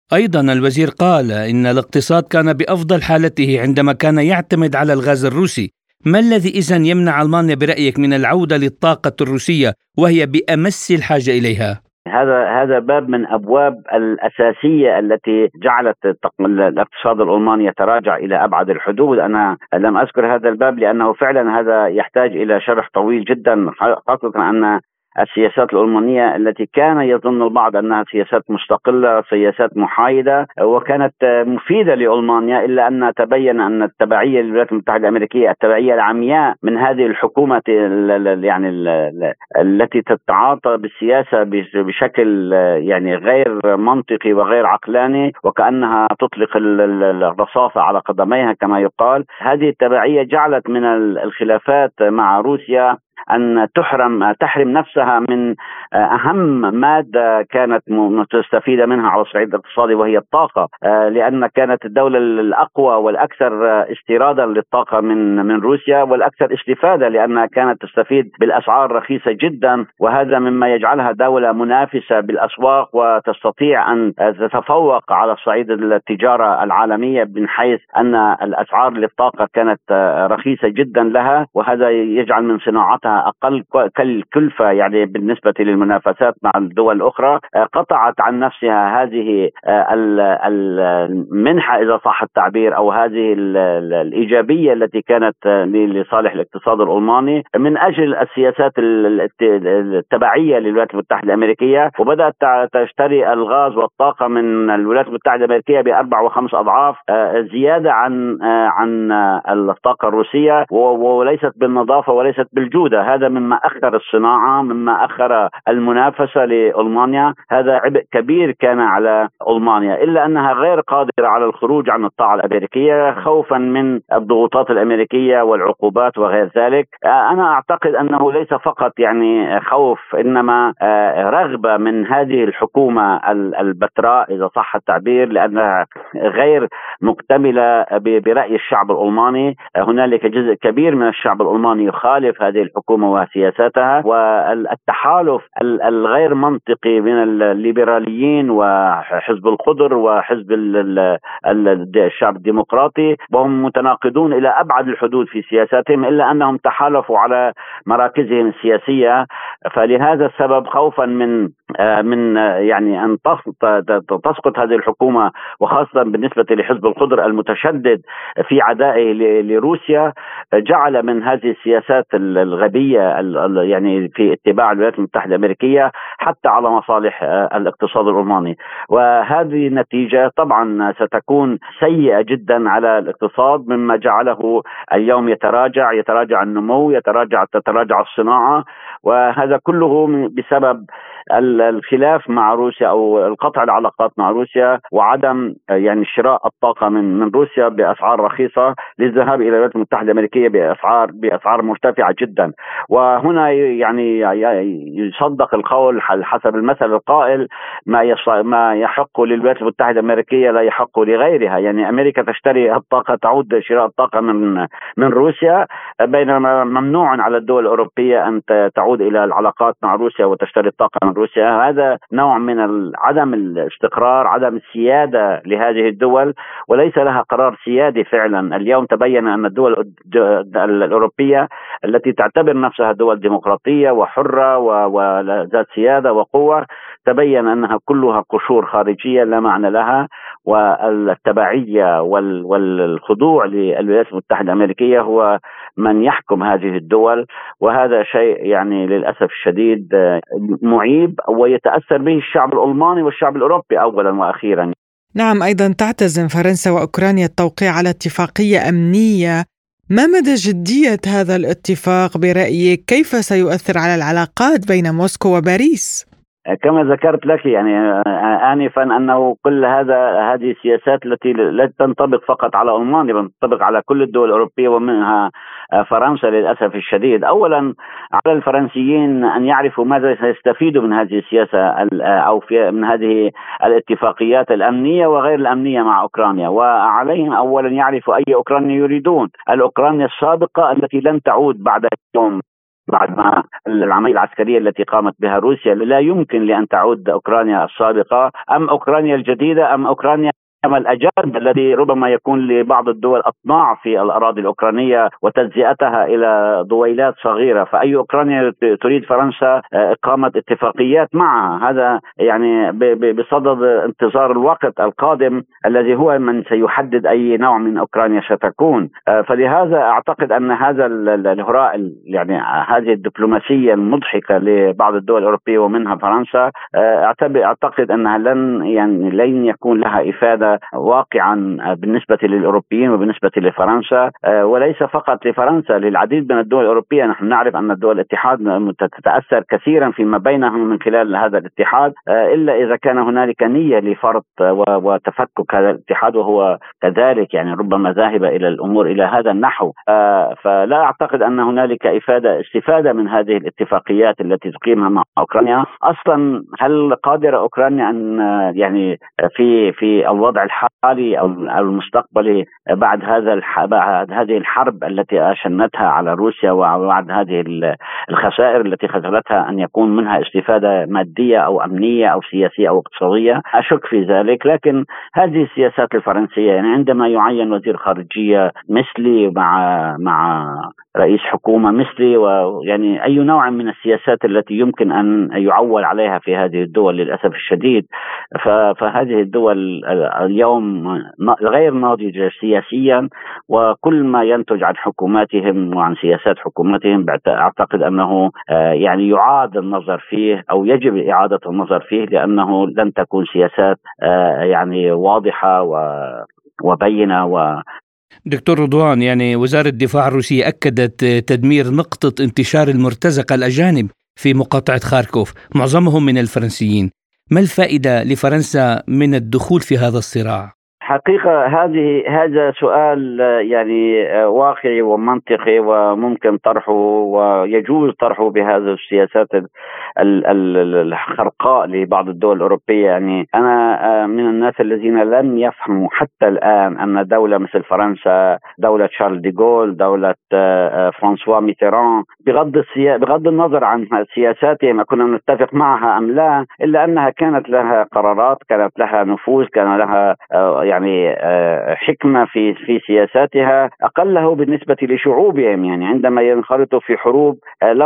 Speaker 3: أيضا الوزير قال إن الاقتصاد كان بأفضل حالته عندما كان يعتمد على الغاز الروسي. ما الذي إذن يمنع ألمانيا برأيك من العودة للطاقة الروسية وهي بأمس الحاجة إليها؟
Speaker 9: هذا باب من أبواب الأساسية التي جعلت الاقتصاد الألماني يتراجع إلى أبعد الحدود. أنا لم أذكر هذا الباب لأنه فعلا هذا يحتاج إلى شرح طويل جدا، خاصة أن السياسات الألمانية التي كان يظن البعض أنها سياسات مستقلة، سياسات محايدة وكانت مفيدة لألمانيا، إلا أن تبين أن التبعية للولايات المتحدة الأمريكية، التبعية العمياء من هذه الحكومة يعني التي تتعاطى بالسياسة بشكل يعني غير منطقي وغير عقلاني، وكأنها تطلق الرصافة على قدميها كما يقال. هذه التبعية جعلت من الخلافات مع روسيا أن تحرم نفسها من أهم مادة كانت مستفيد منها على الصعيد الاقتصادي وهي الطاقة، لأن كانت الدولة الأقوى والأكثر استيرادا للطاقة من روسيا والأكثر استفادة، لأنها كانت تستفيد بالأسعار رخيصة جدا، وهذا مما يجعلها دولة منافسة بالأسواق وتستطيع أن تتفوق على صعيد التجارة العالمية، من حيث أن الأسعار للطاقة كانت رخيصة جدا لها، وهذا يجعل من صناعتها أقل كلفة يعني بالنسبة للمنافسات مع الدول الأخرى. قطعت عن نفسها هذه المنحة إذا صح التعبير، أو هذه الإيجابية التي كانت لصالح الاقتصاد الألماني من أجل السياسات التبعية للولايات المتحدة الأمريكية، وبدأت تشتري الغاز والطاقة من الولايات المتحدة الأمريكية ب4 و5 أضعاف زيادة عن الطاقة الروسية، وليست بالنظافة وليست بالجودة. هذا مما أخر الصناعة، مما أخر المنافسة لألمانيا. هذا عبء كبير كان على ألمانيا، إلا أنها غير قادرة على الخروج عن الطاعة الأمريكية خوفا من الضغوطات الأمريكية والعقوبات وغير ذلك. أنا أعتقد أنه ليس فقط يعني خوف، إنما رغبة من هذه الحكومة البتراء إذا صح التعبير، لأنها غير مكتملة برأي الشعب الألماني. هنالك جزء كبير من الشعب الألماني يخالف هذه الحكومة وسياساتها، والتحالف الغير منطقي من الليبراليين وحزب الخضر وحزب الشعب الديمقراطي، وهم متناقضون إلى أبعد الحدود في سياساتهم، إلا أنهم تحالفوا على مراكزهم السياسية. فلهذا السبب خوفا من يعني أن تسقط هذه الحكومة، وخاصة بالنسبة لحزب الخضر المتشدد في عدائه لروسيا، جعل من هذه السياسات الغبية يعني في اتباع الولايات المتحدة الأمريكية حتى على مصالح الاقتصاد الألماني. وهذه النتيجة طبعا ستكون سيئة جدا على الاقتصاد، مما جعله اليوم يتراجع النمو، تتراجع الصناعة، وهذا كله بسبب الخلاف مع روسيا أو القطع العلاقات مع روسيا، وعدم يعني شراء الطاقة من روسيا بأسعار رخيصة للذهاب إلى الولايات المتحدة الأمريكية بأسعار مرتفعة جدا. وهنا يعني يصدق القول حسب المثل القائل: ما يحق للولايات المتحدة الأمريكية لا يحق لغيرها. يعني أمريكا تشتري الطاقة، تعود شراء الطاقة من روسيا، بينما ممنوع على الدول الأوروبية أن تعود إلى العلاقات مع روسيا وتشتري الطاقة من روسيا. هذا نوع من عدم الاستقرار، عدم السيادة لهذه الدول، وليس لها قرار سيادي فعلا. اليوم تبين أن الدول الأوروبية التي تعتبر نفسها دول ديمقراطية وحرة وذات سيادة وقوة، تبين أنها كلها قشور خارجية لا معنى لها، والتبعية والخضوع للولايات المتحدة الأمريكية هو من يحكم هذه الدول. وهذا شيء يعني للأسف الشديد معيب، ويتأثر به الشعب الألماني والشعب الأوروبي أولا وأخيرا.
Speaker 2: نعم، أيضا تعتزم فرنسا وأوكرانيا التوقيع على اتفاقية أمنية. ما مدى جدية هذا الاتفاق برأيك؟ كيف سيؤثر على العلاقات بين موسكو وباريس؟
Speaker 9: كما ذكرت لك يعني آنفا أنه كل هذه السياسات التي لا تنطبق فقط على ألمانيا، بل تنطبق على كل الدول الأوروبية ومنها فرنسا للأسف الشديد. أولا على الفرنسيين أن يعرفوا ماذا سيستفيدوا من هذه السياسة أو من هذه الاتفاقيات الأمنية وغير الأمنية مع أوكرانيا، وعليهم أولا يعرفوا أي أوكرانيا يريدون. الأوكرانيا السابقة التي لن تعود بعد يوم بعد ما العملية العسكرية التي قامت بها روسيا لا يمكن لأن تعود أوكرانيا السابقة أم أوكرانيا الجديدة أم أوكرانيا الأجانب الذي ربما يكون لبعض الدول أطماع في الأراضي الأوكرانية وتجزئتها إلى دويلات صغيرة. فأي أوكرانيا تريد فرنسا إقامة اتفاقيات معها؟ هذا يعني بصدد انتظار الوقت القادم الذي هو من سيحدد أي نوع من أوكرانيا ستكون. فلهذا أعتقد أن هذا الهراء يعني هذه الدبلوماسية المضحكة لبعض الدول الأوروبية ومنها فرنسا أعتقد أنها لن يكون لها إفادة واقعا بالنسبة للأوروبيين وبالنسبة لفرنسا، وليس فقط لفرنسا، للعديد من الدول الأوروبية. نحن نعرف أن الدول الاتحاد تتأثر كثيرا فيما بينهم من خلال هذا الاتحاد، إلا إذا كان هنالك نية لفرض وتفكك هذا الاتحاد، وهو كذلك يعني ربما ذاهب إلى الأمور إلى هذا النحو. فلا أعتقد أن هنالك استفادة من هذه الاتفاقيات التي تقيمها مع أوكرانيا. أصلا هل قادرة أوكرانيا أن يعني في الوضع الحالي أو المستقبلي بعد هذه الحرب التي أشنتها على روسيا وبعد هذه الخسائر التي خسرتها أن يكون منها استفادة مادية أو أمنية أو سياسية أو اقتصادية؟ أشك في ذلك. لكن هذه السياسات الفرنسية يعني عندما يعين وزير خارجية مثلي مع رئيس حكومة مثلي، ويعني أي نوع من السياسات التي يمكن أن يعول عليها في هذه الدول للأسف الشديد. فهذه الدول اليوم غير ناضجة سياسيا، وكل ما ينتج عن حكوماتهم وعن سياسات حكوماتهم أعتقد أنه يعني يعاد النظر فيه أو يجب إعادة النظر فيه، لأنه لن تكون سياسات يعني واضحة وبينة.
Speaker 3: دكتور رضوان، يعني وزارة الدفاع الروسية أكدت تدمير نقطة انتشار المرتزقة الأجانب في مقاطعة خاركوف، معظمهم من الفرنسيين. ما الفائدة لفرنسا من الدخول في هذا الصراع؟
Speaker 9: حقيقة هذا سؤال يعني واقعي ومنطقي وممكن طرحه ويجوز طرحه بهذه السياسات الخرقاء لبعض الدول الأوروبية. يعني أنا من الناس الذين لم يفهموا حتى الآن أن دولة مثل فرنسا، دولة شارل دي غول، دولة فرانسوا ميتيران، بغض النظر عن سياساتهم كنا نتفق معها أم لا، إلا أنها كانت لها قرارات، كانت لها نفوذ، كان لها يعني حكمة في سياساتها أقله بالنسبة لشعوبهم. يعني عندما ينخرطوا في حروب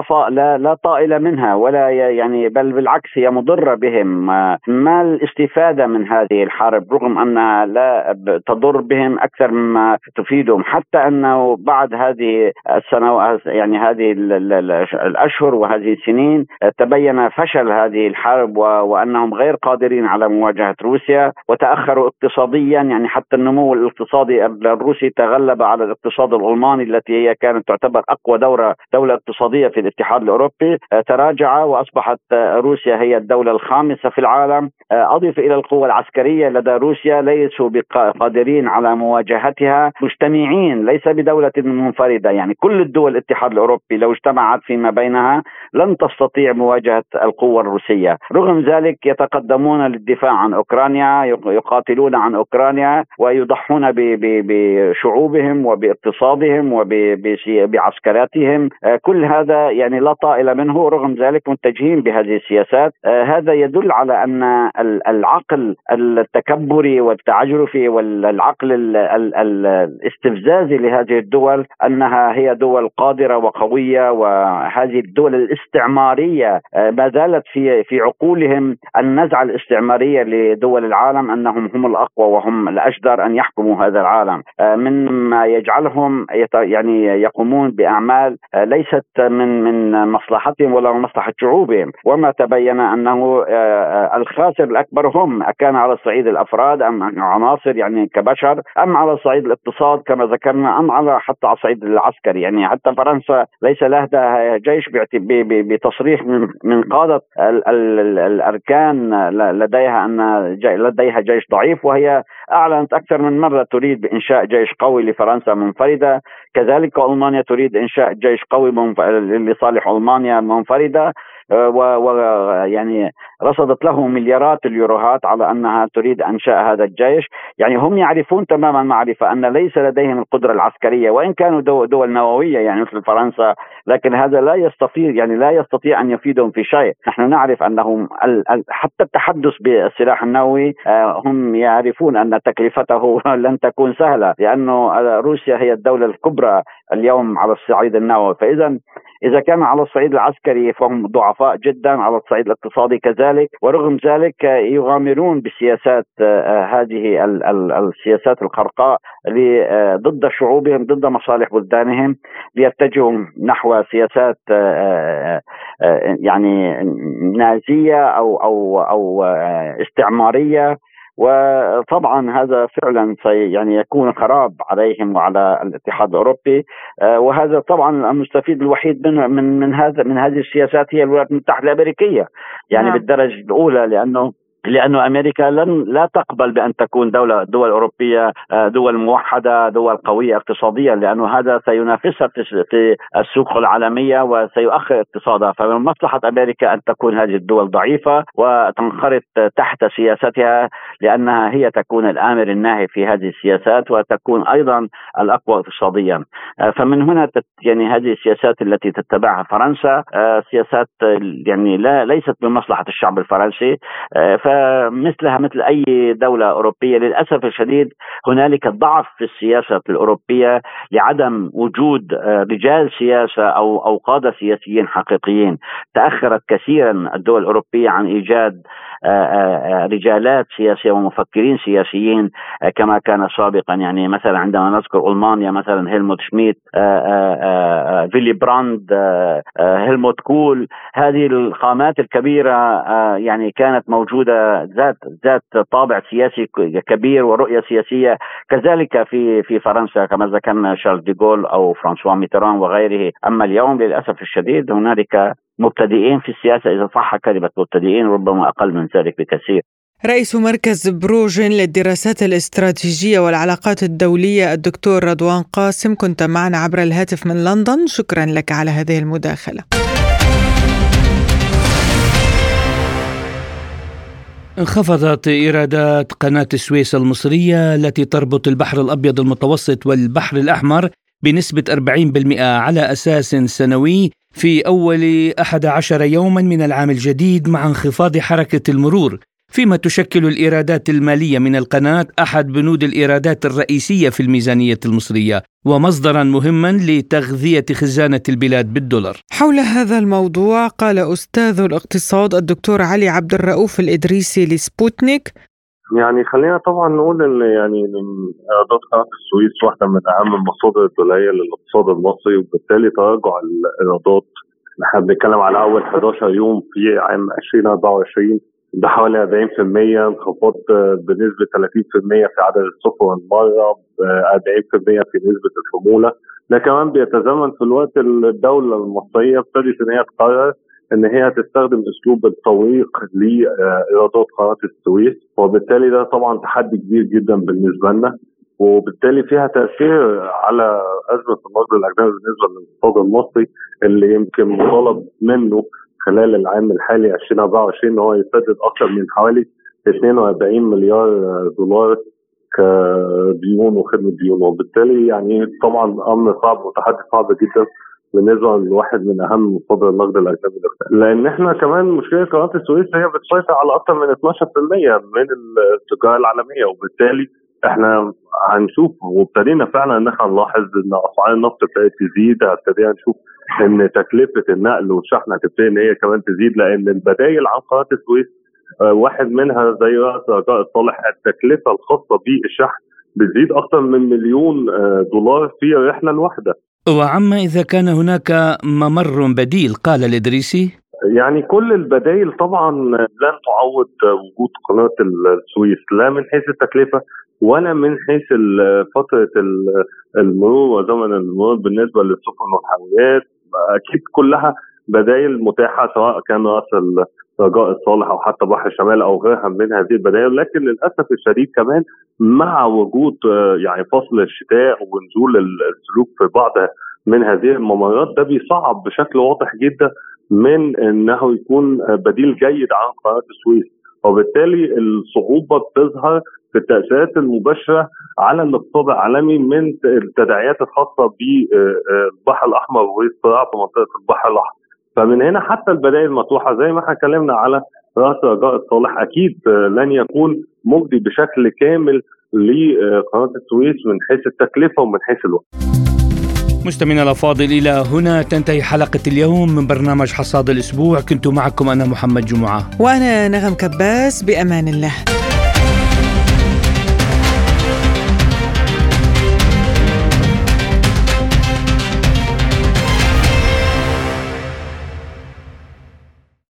Speaker 9: لا طائل منها ولا يعني بل بالعكس هي مضرة بهم. ما الاستفادة من هذه الحرب رغم أنها لا تضر بهم أكثر مما تفيدهم؟ حتى أنه بعد هذه السنوات يعني هذه الأشهر وهذه السنين تبين فشل هذه الحرب وأنهم غير قادرين على مواجهة روسيا، وتأخروا اقتصاديا. يعني حتى النمو الاقتصادي الروسي تغلب على الاقتصاد الألماني التي هي كانت تعتبر أقوى دولة اقتصادية في الاتحاد الأوروبي، تراجع وأصبحت روسيا هي الدولة الخامسة في العالم. أضف إلى القوة العسكرية لدى روسيا ليسوا قادرين على مواجهتها مجتمعين، ليس بدولة منفردة. يعني كل الدول الاتحاد الأوروبي لو اجتمعت فيما بينها لن تستطيع مواجهة القوة الروسية. رغم ذلك يتقدمون للدفاع عن أوكرانيا، يقاتلون عن أوكرانيا ويضحون بشعوبهم وباقتصادهم وبعسكراتهم. كل هذا يعني لا طائل منه، رغم ذلك متجهين بهذه السياسات. هذا يدل على أن العقل التكبري والتعجرفي والعقل الاستفزازي لهذه الدول أنها هي دول قادرة وقوية، وهذه الدول الاستعمارية ما زالت في عقولهم النزعة الاستعمارية لدول العالم أنهم هم الأقوى وهم الأجدر أن يحكموا هذا العالم، مما يجعلهم يعني يقومون بأعمال ليست من مصلحتهم ولا من مصلحة شعوبهم. وما تبين أنه الخاسر الأكبر هم، كان على صعيد الأفراد أم عناصر يعني كبشر، أم على صعيد الاقتصاد كما ذكرنا، أم حتى على صعيد العسكري. يعني حتى فرنسا ليس لها جيش بتصريح من قادة الأركان لديها جيش ضعيف، وهي أعلنت أكثر من مرة تريد بإنشاء جيش قوي لفرنسا منفردة. كذلك ألمانيا تريد إنشاء جيش قوي لصالح ألمانيا منفردة. ويعني رصدت له مليارات اليوروهات على أنها تريد إنشاء هذا الجيش. يعني هم يعرفون تماما معرفة أن ليس لديهم القدرة العسكرية، وإن كانوا دول نووية يعني مثل فرنسا، لكن هذا لا يستطيع أن يفيدهم في شيء. نحن نعرف أنهم حتى التحدث بالسلاح النووي هم يعرفون أن تكلفته لن تكون سهلة، لأنه روسيا هي الدولة الكبرى اليوم على الصعيد النووي. إذا كان على الصعيد العسكري فهم ضعفاء جدا، على الصعيد الاقتصادي كذلك، ورغم ذلك يغامرون بسياسات هذه السياسات الخرقاء ضد شعوبهم، ضد مصالح بلدانهم، ليتجهوا نحو سياسات يعني نازية أو استعمارية. وطبعا هذا فعلا يعني يكون خراب عليهم وعلى الاتحاد الأوروبي. وهذا طبعا المستفيد الوحيد من هذه السياسات هي الولايات المتحدة الأمريكية، يعني بالدرجة الأولى، لأنه أمريكا لا تقبل بأن تكون دول أوروبية دول موحدة، دول قوية اقتصاديا، لأنه هذا سينافسها في السوق العالمية وسيؤخر اقتصادها. فمن مصلحة أمريكا أن تكون هذه الدول ضعيفة وتنخرط تحت سياستها، لأنها هي تكون الآمر الناهي في هذه السياسات وتكون أيضا الأقوى اقتصاديا. فمن هنا يعني هذه السياسات التي تتبعها فرنسا سياسات يعني ليست بمصلحة الشعب الفرنسي. فمثلها مثل أي دولة أوروبية للأسف الشديد هنالك ضعف في السياسة الأوروبية لعدم وجود رجال سياسة أو قادة سياسيين حقيقيين. تأخرت كثيرا الدول الأوروبية عن إيجاد رجالات سياسية ومفكرين سياسيين كما كان سابقا. يعني مثلا عندما نذكر ألمانيا مثلا هيلموت شميت، فيلي براند، هيلموت كول، هذه القامات الكبيرة يعني كانت موجودة ذات طابع سياسي كبير ورؤية سياسية. كذلك في فرنسا كما ذكرنا شارل دي غول أو فرانسوا ميتران وغيره. أما اليوم للأسف الشديد هنالك مبتدئين في السياسة، إذا صح كلمة مبتدئين، ربما أقل من ذلك بكثير.
Speaker 2: رئيس مركز بروجين للدراسات الاستراتيجية والعلاقات الدولية الدكتور رضوان قاسم، كنت معنا عبر الهاتف من لندن. شكرا لك على هذه المداخلة.
Speaker 3: انخفضت إيرادات قناة السويس المصرية التي تربط البحر الأبيض المتوسط والبحر الأحمر بنسبة 40% على أساس سنوي في أول 11 يوما من العام الجديد، مع انخفاض حركة المرور، فيما تشكل الإيرادات المالية من القناة أحد بنود الإيرادات الرئيسية في الميزانية المصرية ومصدرا مهما لتغذية خزانة البلاد بالدولار.
Speaker 2: حول هذا الموضوع قال أستاذ الاقتصاد الدكتور علي عبد الرؤوف الإدريسي لسبوتنيك:
Speaker 10: يعني خلينا طبعا نقول ان يعني ايرادات قناة السويس واحدة من اهم المصادر الدولية للاقتصاد المصري، وبالتالي تراجع الايرادات احنا بنتكلم على اول 11 يوم في عام 2024 ده حوالي 40%، انخفاض بنسبة 30% في عدد السفن والمرة، 40% في نسبة الحمولة. ده كمان بيتزامن في الوقت الدولة المصرية ابتدت ان هي تقرر ان هي تستخدم اسلوب التوثيق لايرادات قناة السويس، وبالتالي ده طبعا تحدي كبير جدا بالنسبة لنا، وبالتالي فيها تأثير على أزمة النقد الأجنبي بالنسبة للاقتصاد المصري اللي يمكن مطالب منه خلال العام الحالي 2024 ان هو يسدد اكثر من حوالي 42 مليار دولار كديون وخدمة ديون، وبالتالي يعني طبعا امر صعب وتحدي صعب جدا بالنسبه لواحد من اهم مصادر النقد الاجنبي، لان احنا كمان مشكله قناه السويس هي بتسيطر على اكثر من 12% من التجاره العالميه، وبالتالي احنا هنشوف وابتدينا فعلا ان احنا نلاحظ ان اسعار النفط ابتدت تزيد، ابتدينا نشوف ان تكلفه النقل والشحن هتبتدي ان هي كمان تزيد، لان البدائل عن قناه السويس واحد منها زي رأس رجاء الصالح التكلفه الخاصه بالشحن بتزيد اكثر من $1,000,000 في الرحله الواحده.
Speaker 3: وعما إذا كان هناك ممر بديل قال الإدريسي؟
Speaker 10: يعني كل البدائل طبعا لن تعوض وجود قناة السويس، لا من حيث التكلفة ولا من حيث فترة المرور وزمن المرور بالنسبة للسفن والحاويات. أكيد كلها بدائل متاحة سواء كان رأس رجاء الصالح أو حتى بحر الشمال أو غيرها من هذه البدائل، لكن للأسف الشديد كمان مع وجود يعني فصل الشتاء ونزول السلوك في بعض من هذه الممرات ده بيصعب بشكل واضح جدا من انه يكون بديل جيد عن قناه السويس، وبالتالي الصعوبه بتظهر في التاثيرات المباشره على الاقتصاد العالمي من التداعيات الخاصه بالبحر الاحمر والصراع في منطقه البحر الاحمر. فمن هنا حتى البدائل المطروحه زي ما احنا اتكلمنا على راس رجاء الصالح اكيد لن يكون مجدي بشكل كامل لقناه السويس من حيث التكلفه ومن حيث الوقت.
Speaker 3: مستمعينا الأفاضل، إلى هنا تنتهي حلقة اليوم من برنامج حصاد الأسبوع. كنت معكم أنا محمد جمعة
Speaker 2: وأنا نغم كباس، بأمان الله.